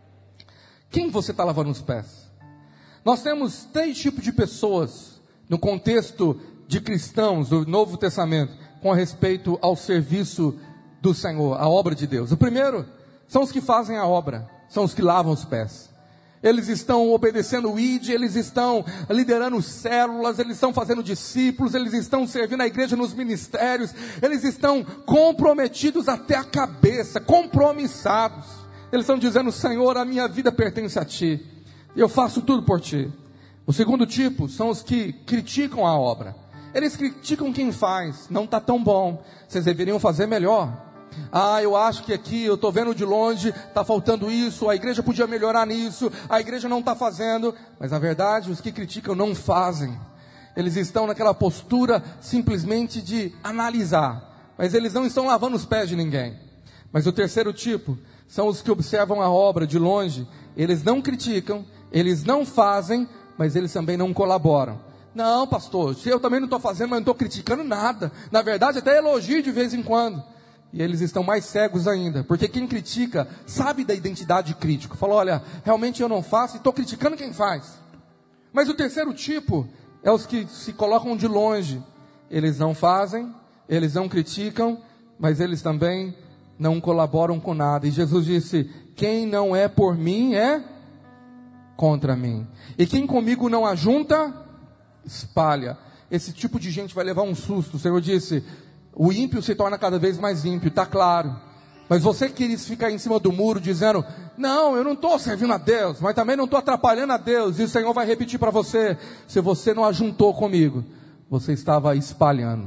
S1: Quem você está lavando os pés? Nós temos 3 tipos de pessoas no contexto de cristãos do Novo Testamento com respeito ao serviço do Senhor, a obra de Deus. O primeiro são os que fazem a obra, são os que lavam os pés. Eles estão obedecendo o ID, eles estão liderando células, eles estão fazendo discípulos, eles estão servindo a igreja nos ministérios, eles estão comprometidos até a cabeça, compromissados. Eles estão dizendo, Senhor, a minha vida pertence a Ti, eu faço tudo por Ti. O segundo tipo são os que criticam a obra. Eles criticam quem faz, não está tão bom, vocês deveriam fazer melhor. Eu acho que aqui, eu estou vendo de longe, está faltando isso, a igreja podia melhorar nisso, a igreja não está fazendo. Mas na verdade, os que criticam não fazem. Eles estão naquela postura simplesmente de analisar, mas eles não estão lavando os pés de ninguém. Mas o terceiro tipo são os que observam a obra de longe. Eles não criticam, eles não fazem, mas eles também não colaboram. Não, pastor, eu também não estou fazendo, mas não estou criticando nada. Na verdade, até elogio de vez em quando. E eles estão mais cegos ainda, porque quem critica sabe da identidade crítica. Fala, olha, realmente eu não faço e estou criticando quem faz. Mas o terceiro tipo é os que se colocam de longe. Eles não fazem, eles não criticam, mas eles também não colaboram com nada. E Jesus disse, quem não é por mim é contra mim. E quem comigo não ajunta, espalha. Esse tipo de gente vai levar um susto. O Senhor disse, o ímpio se torna cada vez mais ímpio, está claro. Mas você quis ficar em cima do muro dizendo, não, eu não estou servindo a Deus, mas também não estou atrapalhando a Deus. E o Senhor vai repetir para você, se você não ajuntou comigo, você estava espalhando.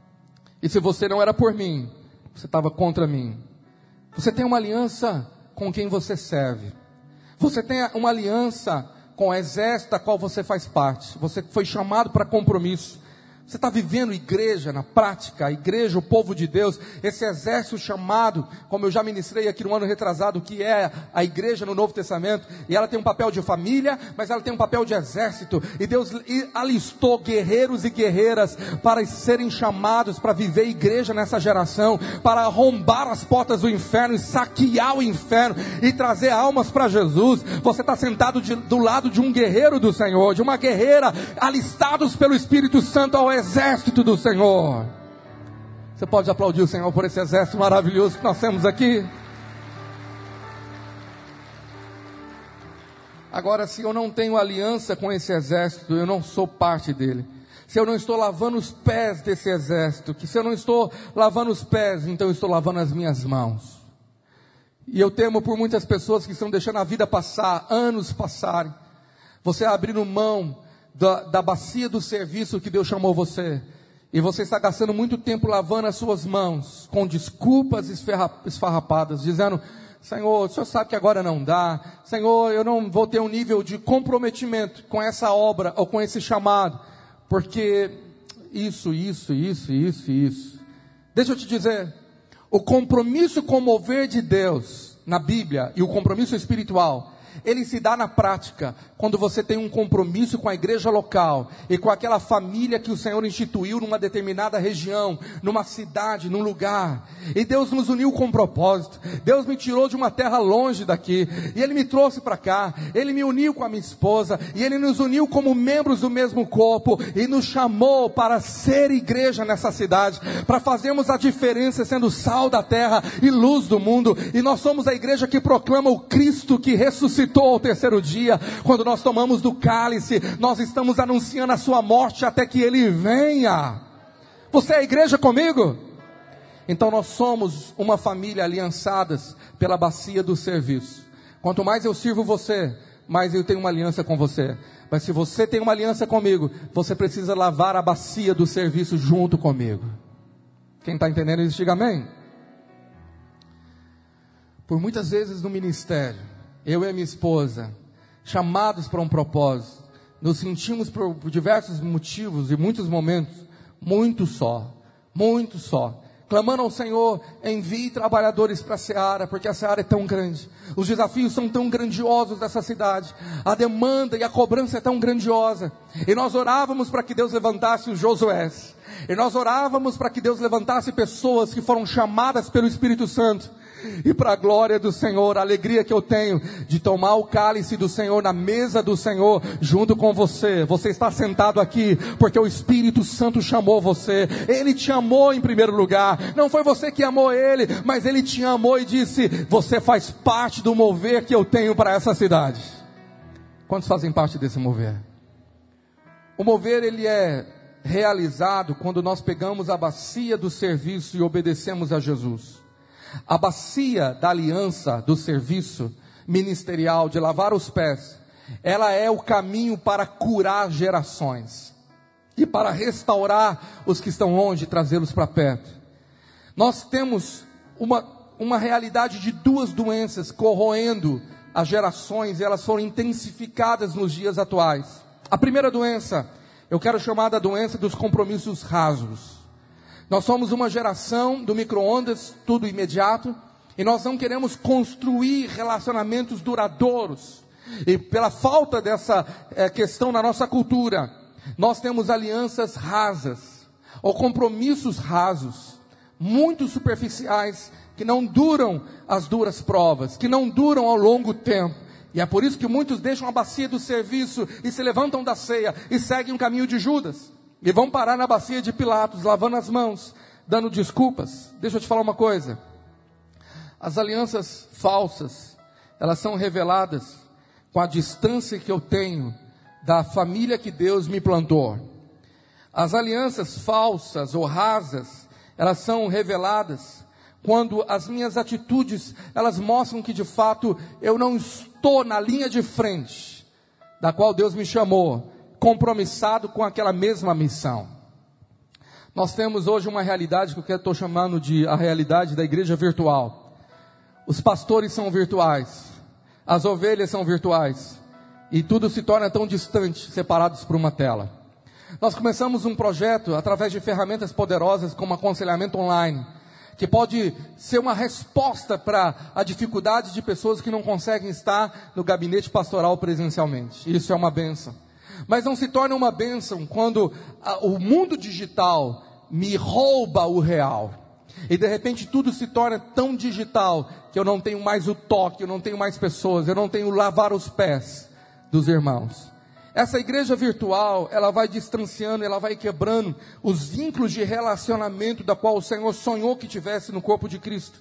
S1: E se você não era por mim, você estava contra mim. Você tem uma aliança com quem você serve. Você tem uma aliança com o exército a qual você faz parte. Você foi chamado para compromisso. Você está vivendo igreja na prática, a igreja, o povo de Deus, esse exército chamado, como eu já ministrei aqui no ano retrasado, que é a igreja no Novo Testamento, e ela tem um papel de família, mas ela tem um papel de exército, e Deus alistou guerreiros e guerreiras para serem chamados para viver igreja nessa geração, para arrombar as portas do inferno e saquear o inferno e trazer almas para Jesus. Você está sentado do lado de um guerreiro do Senhor, de uma guerreira, alistados pelo Espírito Santo ao exército do Senhor. Você pode aplaudir o Senhor por esse exército maravilhoso que nós temos aqui? Agora, se eu não tenho aliança com esse exército, eu não sou parte dele. Se eu não estou lavando os pés desse exército, se eu não estou lavando os pés, então eu estou lavando as minhas mãos. E eu temo por muitas pessoas que estão deixando a vida passar, anos passarem. Você abrindo mão da bacia do serviço que Deus chamou você, e você está gastando muito tempo lavando as suas mãos, com desculpas esfarrapadas, dizendo: Senhor, o Senhor sabe que agora não dá, Senhor, eu não vou ter um nível de comprometimento com essa obra, ou com esse chamado, porque isso. Deixa eu te dizer, o compromisso com o mover de Deus, na Bíblia, e o compromisso espiritual, ele se dá na prática, quando você tem um compromisso com a igreja local, e com aquela família que o Senhor instituiu numa determinada região, numa cidade, num lugar. E Deus nos uniu com um propósito. Deus me tirou de uma terra longe daqui, e Ele me trouxe para cá. Ele me uniu com a minha esposa, e Ele nos uniu como membros do mesmo corpo, e nos chamou para ser igreja nessa cidade, para fazermos a diferença, sendo sal da terra e luz do mundo. E nós somos a igreja que proclama o Cristo que ressuscitou ao terceiro dia. Quando nós tomamos do cálice, nós estamos anunciando a sua morte até que Ele venha. Você é a igreja comigo? Então nós somos uma família aliançadas pela bacia do serviço. Quanto mais eu sirvo você, mais eu tenho uma aliança com você. Mas se você tem uma aliança comigo, você precisa lavar a bacia do serviço junto comigo. Quem está entendendo isso, diga amém. Por muitas vezes no ministério, eu e a minha esposa, chamados para um propósito, nos sentimos por diversos motivos e muitos momentos, muito só, clamando ao Senhor: envie trabalhadores para a seara, porque a seara é tão grande, os desafios são tão grandiosos dessa cidade, a demanda e a cobrança é tão grandiosa. E nós orávamos para que Deus levantasse os Josués, e nós orávamos para que Deus levantasse pessoas que foram chamadas pelo Espírito Santo. E para a glória do Senhor, a alegria que eu tenho de tomar o cálice do Senhor na mesa do Senhor junto com você. Você está sentado aqui porque o Espírito Santo chamou você. Ele te amou em primeiro lugar. Não foi você que amou Ele, mas Ele te amou e disse: você faz parte do mover que eu tenho para essa cidade. Quantos fazem parte desse mover? O mover, ele é realizado quando nós pegamos a bacia do serviço e obedecemos a Jesus. A bacia da aliança, do serviço ministerial, de lavar os pés, ela é o caminho para curar gerações e para restaurar os que estão longe e trazê-los para perto. Nós temos uma realidade de duas doenças corroendo as gerações, e elas foram intensificadas nos dias atuais. A primeira doença, eu quero chamar da doença dos compromissos rasos. Nós somos uma geração do micro-ondas, tudo imediato, e nós não queremos construir relacionamentos duradouros. E pela falta dessa questão na nossa cultura, nós temos alianças rasas, ou compromissos rasos, muito superficiais, que não duram as duras provas, que não duram ao longo tempo. E é por isso que muitos deixam a bacia do serviço e se levantam da ceia e seguem o caminho de Judas. E vão parar na bacia de Pilatos, lavando as mãos, dando desculpas. Deixa eu te falar uma coisa. As alianças falsas, elas são reveladas com a distância que eu tenho da família que Deus me plantou. As alianças falsas ou rasas, elas são reveladas quando as minhas atitudes, elas mostram que de fato eu não estou na linha de frente, da qual Deus me chamou, compromissado com aquela mesma missão. Nós temos hoje uma realidade que eu estou chamando de a realidade da igreja virtual. Os pastores são virtuais, as ovelhas são virtuais, e tudo se torna tão distante, separados por uma tela. Nós começamos um projeto através de ferramentas poderosas como aconselhamento online, que pode ser uma resposta para a dificuldade de pessoas que não conseguem estar no gabinete pastoral presencialmente. Isso é uma bênção. Mas não se torna uma bênção quando o mundo digital me rouba o real. E de repente tudo se torna tão digital que eu não tenho mais o toque, eu não tenho mais pessoas, eu não tenho lavar os pés dos irmãos. Essa igreja virtual, ela vai distanciando, ela vai quebrando os vínculos de relacionamento da qual o Senhor sonhou que tivesse no corpo de Cristo.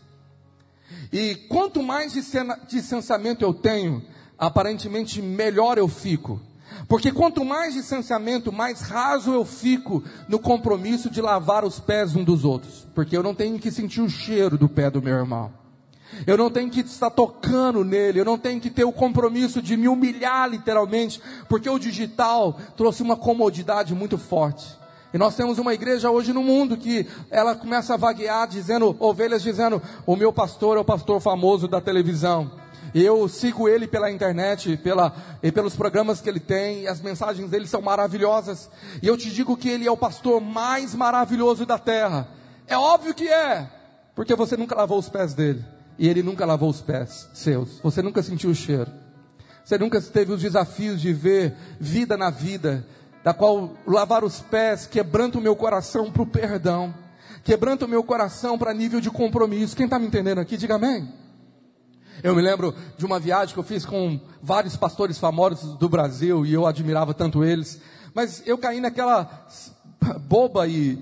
S1: E quanto mais distanciamento eu tenho, aparentemente melhor eu fico. Porque quanto mais distanciamento, mais raso eu fico no compromisso de lavar os pés um dos outros. Porque eu não tenho que sentir o cheiro do pé do meu irmão. Eu não tenho que estar tocando nele, eu não tenho que ter o compromisso de me humilhar literalmente, porque o digital trouxe uma comodidade muito forte. E nós temos uma igreja hoje no mundo que ela começa a vaguear, dizendo, ovelhas dizendo, o meu pastor é o pastor famoso da televisão. Eu sigo ele pela internet, e pelos programas que ele tem, e as mensagens dele são maravilhosas. E eu te digo que ele é o pastor mais maravilhoso da terra. É óbvio que é, porque você nunca lavou os pés dele. E ele nunca lavou os pés seus. Você nunca sentiu o cheiro. Você nunca teve os desafios de ver vida na vida, da qual lavar os pés quebranta o meu coração para o perdão, quebranta o meu coração para nível de compromisso. Quem está me entendendo aqui, diga amém. Eu me lembro de uma viagem que eu fiz com vários pastores famosos do Brasil, e eu admirava tanto eles, mas eu caí naquela boba e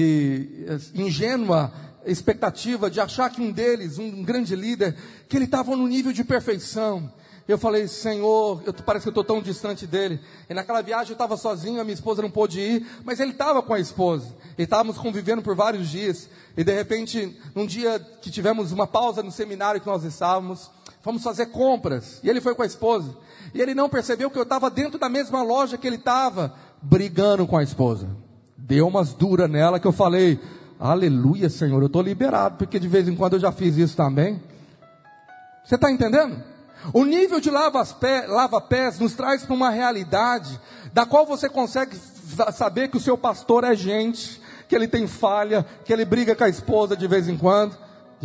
S1: ingênua expectativa de achar que um deles, um grande líder, que ele estava no nível de perfeição. Eu falei, Senhor, parece que eu estou tão distante dele. E naquela viagem eu estava sozinho, a minha esposa não pôde ir, mas ele estava com a esposa. E estávamos convivendo por vários dias. E de repente, num dia que tivemos uma pausa no seminário que nós estávamos, fomos fazer compras. E ele foi com a esposa. E ele não percebeu que eu estava dentro da mesma loja que ele estava, brigando com a esposa. Deu umas duras nela que eu falei, aleluia, Senhor, eu estou liberado, porque de vez em quando eu já fiz isso também. Você está entendendo? O nível de lava-pés nos traz para uma realidade da qual você consegue saber que o seu pastor é gente, que ele tem falha, que ele briga com a esposa de vez em quando,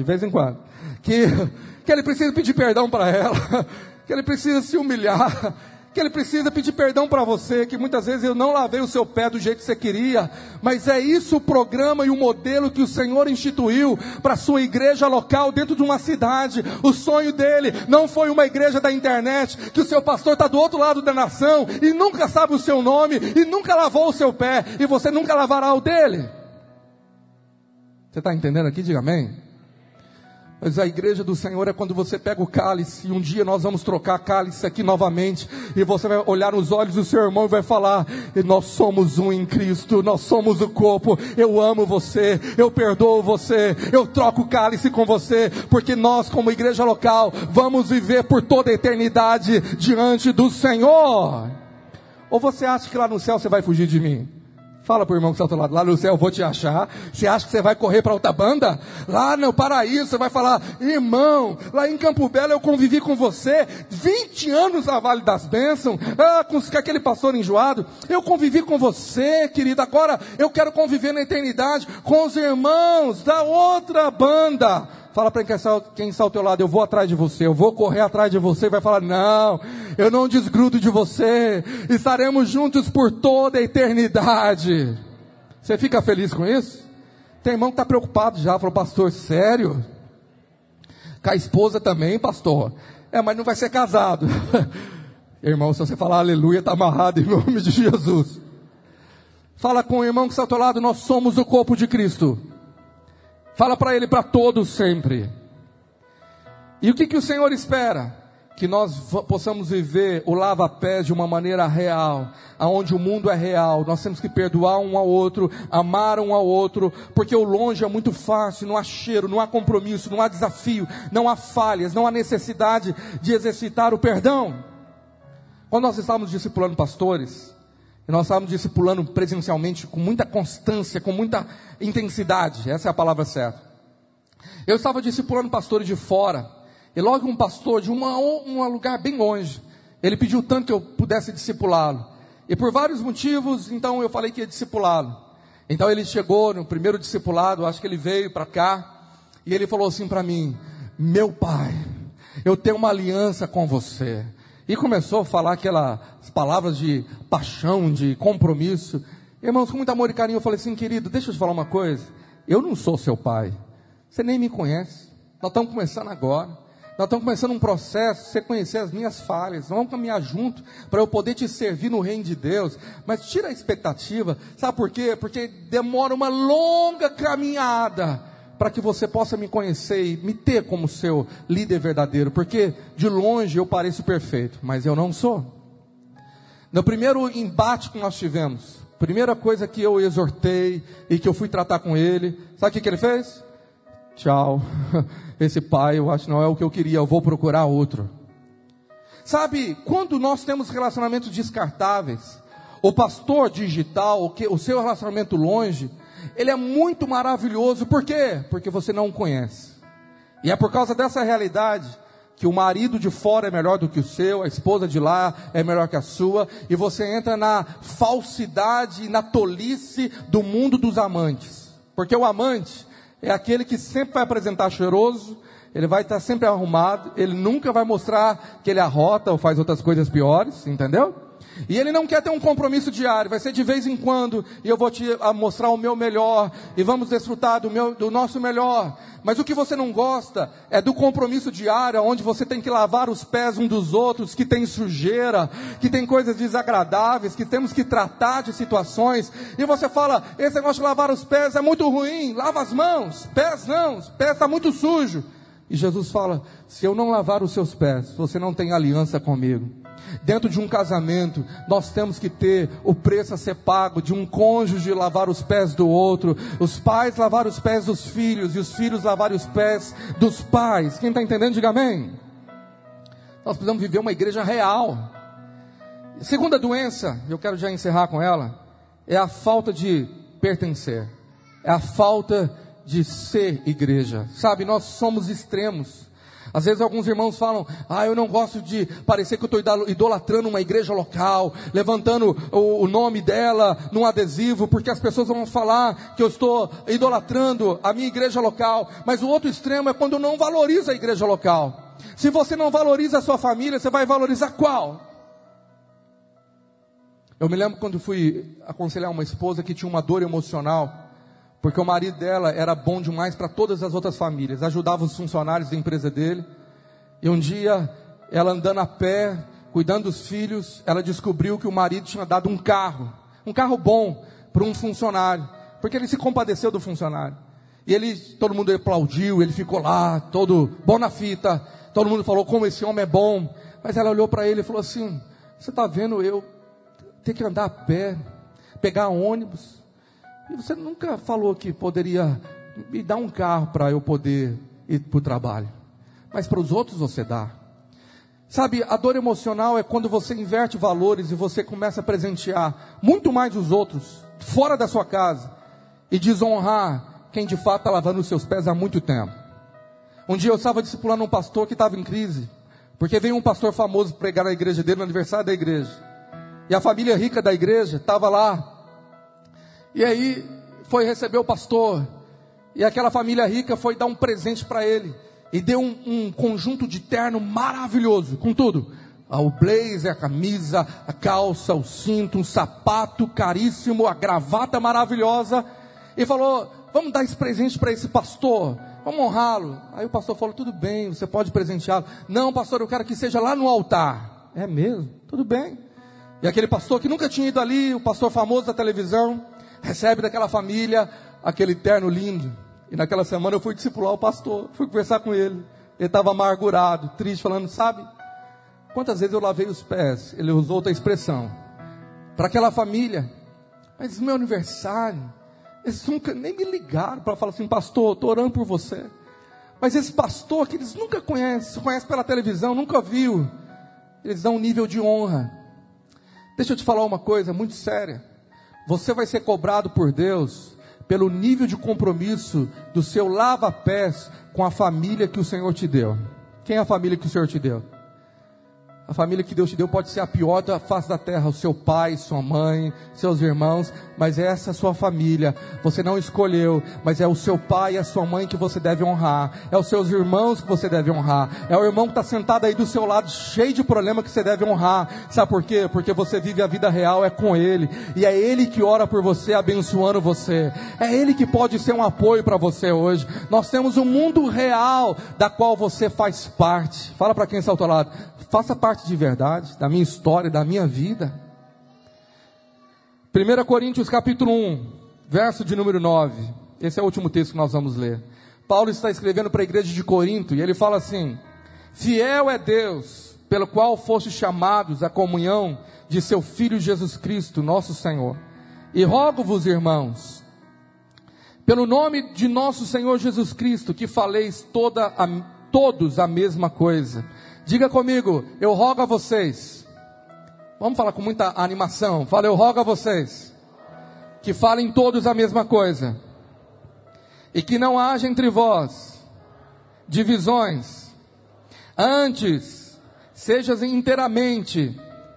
S1: que ele precisa pedir perdão para ela, que ele precisa se humilhar, que ele precisa pedir perdão para você, que muitas vezes eu não lavei o seu pé do jeito que você queria, mas é isso o programa e o modelo que o Senhor instituiu para a sua igreja local dentro de uma cidade. O sonho dele não foi uma igreja da internet, que o seu pastor está do outro lado da nação, e nunca sabe o seu nome, e nunca lavou o seu pé, e você nunca lavará o dele. Você está entendendo aqui? Diga amém. Mas a igreja do Senhor é quando você pega o cálice, e um dia nós vamos trocar cálice aqui novamente, e você vai olhar nos olhos do seu irmão e vai falar, nós somos um em Cristo, nós somos o corpo, eu amo você, eu perdoo você, eu troco o cálice com você, porque nós como igreja local, vamos viver por toda a eternidade diante do Senhor. Ou você acha que lá no céu você vai fugir de mim? Fala para o irmão que está ao teu lado, lá no céu eu vou te achar. Você acha que você vai correr para outra banda? Lá no paraíso você vai falar, irmão, lá em Campo Belo eu convivi com você, 20 anos na Vale das Bênçãos, com aquele pastor enjoado, eu convivi com você, querido, agora eu quero conviver na eternidade com os irmãos da outra banda. Fala para quem está ao teu lado, eu vou atrás de você, eu vou correr atrás de você, vai falar, não, eu não desgrudo de você, estaremos juntos por toda a eternidade. Você fica feliz com isso? Tem irmão que está preocupado já, falou, pastor, sério? Com a esposa também, pastor? Mas não vai ser casado. Irmão, se você falar aleluia, está amarrado em nome de Jesus. Fala com o irmão que está ao teu lado, nós somos o corpo de Cristo. Fala para ele para todos sempre. E o que o Senhor espera? Que nós possamos viver o lava-pés de uma maneira real, aonde o mundo é real. Nós temos que perdoar um ao outro, amar um ao outro, porque o longe é muito fácil, não há cheiro, não há compromisso, não há desafio, não há falhas, não há necessidade de exercitar o perdão. Quando nós estávamos discipulando pastores, e nós estávamos discipulando presencialmente com muita constância, com muita intensidade, essa é a palavra certa. Eu estava discipulando pastores de fora, e logo um pastor de um lugar bem longe, ele pediu tanto que eu pudesse discipulá-lo. E por vários motivos, então eu falei que ia discipulá-lo. Então ele chegou no primeiro discipulado, acho que ele veio para cá, e ele falou assim para mim: meu pai, eu tenho uma aliança com você. E começou a falar aquelas palavras de paixão, de compromisso. Irmãos, com muito amor e carinho, eu falei assim: querido, deixa eu te falar uma coisa. Eu não sou seu pai, você nem me conhece. Nós estamos começando agora. Nós estamos começando um processo, você conhecer as minhas falhas. Nós vamos caminhar junto para eu poder te servir no reino de Deus. Mas tira a expectativa, sabe por quê? Porque demora uma longa caminhada para que você possa me conhecer e me ter como seu líder verdadeiro. Porque de longe eu pareço perfeito, mas eu não sou. No primeiro embate que nós tivemos, primeira coisa que eu exortei e que eu fui tratar com ele, sabe o que ele fez? Tchau, esse pai eu acho que não é o que eu queria, eu vou procurar outro. Sabe, quando nós temos relacionamentos descartáveis, o pastor digital, o seu relacionamento longe, ele é muito maravilhoso. Por quê? Porque você não o conhece. E é por causa dessa realidade que o marido de fora é melhor do que o seu, a esposa de lá é melhor que a sua, e você entra na falsidade e na tolice do mundo dos amantes. Porque o amante é aquele que sempre vai apresentar cheiroso, ele vai estar sempre arrumado, ele nunca vai mostrar que ele arrota ou faz outras coisas piores, entendeu? E ele não quer ter um compromisso diário, vai ser de vez em quando, e eu vou te mostrar o meu melhor, e vamos desfrutar do nosso melhor. Mas o que você não gosta é do compromisso diário, onde você tem que lavar os pés um dos outros, que tem sujeira, que tem coisas desagradáveis, que temos que tratar de situações, e você fala: esse negócio de lavar os pés é muito ruim, lava as mãos, pés não, os pés está muito sujo. E Jesus fala: se eu não lavar os seus pés, você não tem aliança comigo. Dentro de um casamento, nós temos que ter o preço a ser pago de um cônjuge lavar os pés do outro, os pais lavar os pés dos filhos, e os filhos lavar os pés dos pais. Quem está entendendo, diga amém. Nós precisamos viver uma igreja real. Segunda doença, eu quero já encerrar com ela, é a falta de pertencer, é a falta de ser igreja. Sabe, nós somos extremos. Às vezes alguns irmãos falam: eu não gosto de parecer que eu estou idolatrando uma igreja local, levantando o nome dela num adesivo, porque as pessoas vão falar que eu estou idolatrando a minha igreja local. Mas o outro extremo é quando eu não valorizo a igreja local. Se você não valoriza a sua família, você vai valorizar qual? Eu me lembro quando fui aconselhar uma esposa que tinha uma dor emocional, porque o marido dela era bom demais para todas as outras famílias, ajudava os funcionários da empresa dele. E um dia, ela andando a pé, cuidando dos filhos, ela descobriu que o marido tinha dado um carro bom para um funcionário, porque ele se compadeceu do funcionário. E todo mundo aplaudiu, ele ficou lá, todo bom na fita, todo mundo falou como esse homem é bom. Mas ela olhou para ele e falou assim: você está vendo eu ter que andar a pé, pegar ônibus, e você nunca falou que poderia me dar um carro para eu poder ir para o trabalho. Mas para os outros você dá. Sabe, a dor emocional é quando você inverte valores e você começa a presentear muito mais os outros, fora da sua casa, e desonrar quem de fato está lavando os seus pés há muito tempo. Um dia eu estava discipulando um pastor que estava em crise, porque veio um pastor famoso pregar na igreja dele, no aniversário da igreja. E a família rica da igreja estava lá. E aí foi receber o pastor, e aquela família rica foi dar um presente para ele, e deu um conjunto de terno maravilhoso, com tudo: o blazer, a camisa, a calça, o cinto, um sapato caríssimo, a gravata maravilhosa, e falou: vamos dar esse presente para esse pastor, vamos honrá-lo. Aí o pastor falou: tudo bem, você pode presenteá-lo. Não, pastor, eu quero que seja lá no altar. É mesmo? Tudo bem. E aquele pastor que nunca tinha ido ali, o pastor famoso da televisão, recebe daquela família aquele terno lindo. E naquela semana eu fui discipular o pastor, fui conversar com ele. Ele estava amargurado, triste, falando: sabe, quantas vezes eu lavei os pés, ele usou outra expressão, para aquela família, mas meu aniversário, eles nunca nem me ligaram para falar assim: pastor, estou orando por você. Mas esse pastor que eles nunca conhecem pela televisão, nunca viu, eles dão um nível de honra. Deixa eu te falar uma coisa muito séria. Você vai ser cobrado por Deus pelo nível de compromisso do seu lava-pés com a família que o Senhor te deu. Quem é a família que o Senhor te deu? A família que Deus te deu pode ser a pior da face da terra, o seu pai, sua mãe, seus irmãos, mas essa é a sua família, você não escolheu, mas é o seu pai e a sua mãe que você deve honrar, é os seus irmãos que você deve honrar, é o irmão que está sentado aí do seu lado, cheio de problema, que você deve honrar. Sabe por quê? Porque você vive a vida real, é com ele, e é ele que ora por você, abençoando você, é ele que pode ser um apoio para você hoje. Nós temos um mundo real, da qual você faz parte. Fala para quem está ao teu lado: faça parte de verdade, da minha história, da minha vida. 1 Coríntios capítulo 1, verso de número 9. Esse é o último texto que nós vamos ler. Paulo está escrevendo para a igreja de Corinto, e ele fala assim: fiel é Deus, pelo qual fostes chamados à comunhão de seu Filho Jesus Cristo, nosso Senhor. E rogo-vos, irmãos, pelo nome de nosso Senhor Jesus Cristo, que faleis todos a mesma coisa. Diga comigo: eu rogo a vocês. Vamos falar com muita animação. Fala: eu rogo a vocês que falem todos a mesma coisa, e que não haja entre vós divisões. Antes, sejam inteiramente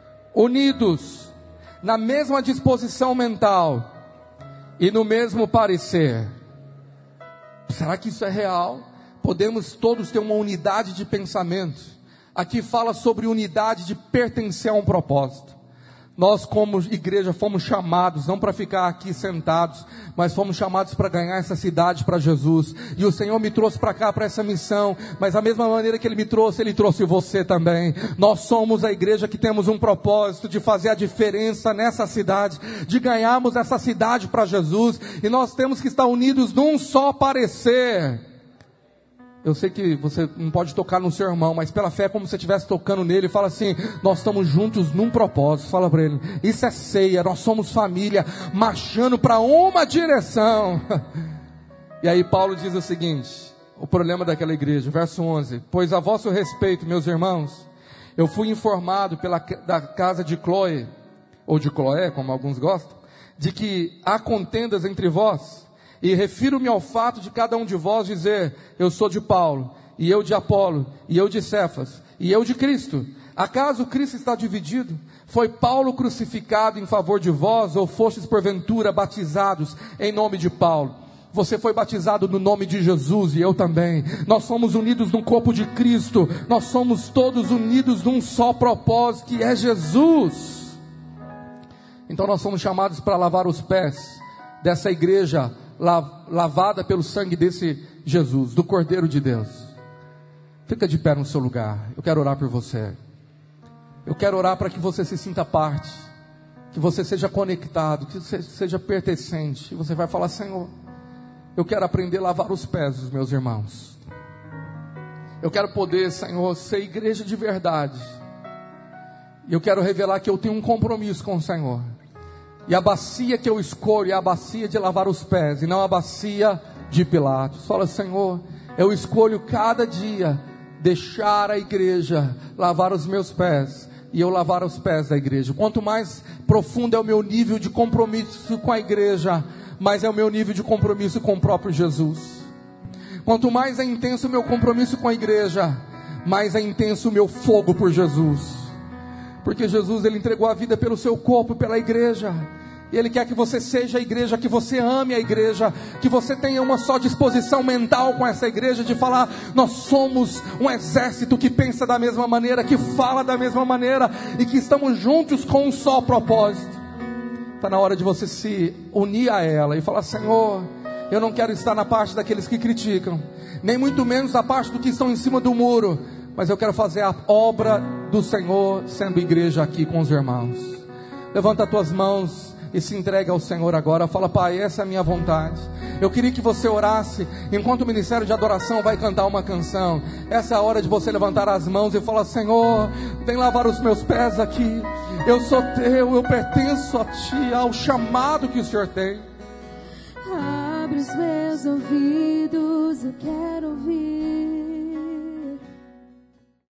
S1: unidos na mesma disposição mental e no mesmo parecer. Será que isso é real? Podemos todos ter uma unidade de pensamento. Aqui fala sobre unidade de pertencer a um propósito. Nós como igreja fomos chamados, não para ficar aqui sentados, mas fomos chamados para ganhar essa cidade para Jesus. E o Senhor me trouxe para cá, para essa missão, mas da mesma maneira que Ele me trouxe, Ele trouxe você também. Nós somos a igreja que temos um propósito de fazer a diferença nessa cidade, de ganharmos essa cidade para Jesus, e nós temos que estar unidos num só parecer. Eu sei que você não pode tocar no seu irmão, mas pela fé é como se você estivesse tocando nele. Fala assim: nós estamos juntos num propósito. Fala para ele: isso é ceia, nós somos família, marchando para uma direção. E aí Paulo diz o seguinte, o problema daquela igreja, verso 11: pois a vosso respeito, meus irmãos, eu fui informado da casa de Cloé, ou de Cloé, como alguns gostam, de que há contendas entre vós. E refiro-me ao fato de cada um de vós dizer: eu sou de Paulo, e eu de Apolo, e eu de Cefas, e eu de Cristo. Acaso Cristo está dividido? Foi Paulo crucificado em favor de vós, ou fostes porventura batizados em nome de Paulo? Você foi batizado no nome de Jesus, e eu também. Nós somos unidos no corpo de Cristo. Nós somos todos unidos num só propósito, que é Jesus. Então nós somos chamados para lavar os pés dessa igreja lavada pelo sangue desse Jesus, do Cordeiro de Deus. Fica de pé no seu lugar. Eu quero orar por você. Eu quero orar para que você se sinta parte, que você seja conectado, que você seja pertencente. E você vai falar: Senhor, eu quero aprender a lavar os pés dos meus irmãos. Eu quero poder, Senhor, ser igreja de verdade. E eu quero revelar que eu tenho um compromisso com o Senhor. E a bacia que eu escolho é a bacia de lavar os pés, e não a bacia de Pilatos. Fala: Senhor, eu escolho cada dia deixar a igreja lavar os meus pés, e eu lavar os pés da igreja. Quanto mais profundo é o meu nível de compromisso com a igreja, mais é o meu nível de compromisso com o próprio Jesus. Quanto mais é intenso o meu compromisso com a igreja, mais é intenso o meu fogo por Jesus. Porque Jesus, Ele entregou a vida pelo seu corpo, pela igreja. E Ele quer que você seja a igreja, que você ame a igreja, que você tenha uma só disposição mental com essa igreja, de falar: nós somos um exército que pensa da mesma maneira, que fala da mesma maneira, e que estamos juntos com um só propósito. Está na hora de você se unir a ela e falar: Senhor, eu não quero estar na parte daqueles que criticam, nem muito menos da parte dos que estão em cima do muro, mas eu quero fazer a obra do Senhor, sendo igreja aqui com os irmãos. Levanta as tuas mãos e se entrega ao Senhor agora. Fala: Pai, essa é a minha vontade. Eu queria que você orasse, enquanto o ministério de adoração vai cantar uma canção. Essa é a hora de você levantar as mãos e falar: Senhor, vem lavar os meus pés aqui. Eu sou teu, eu pertenço a ti, ao chamado que o Senhor tem.
S2: Abre os meus ouvidos, eu quero ouvir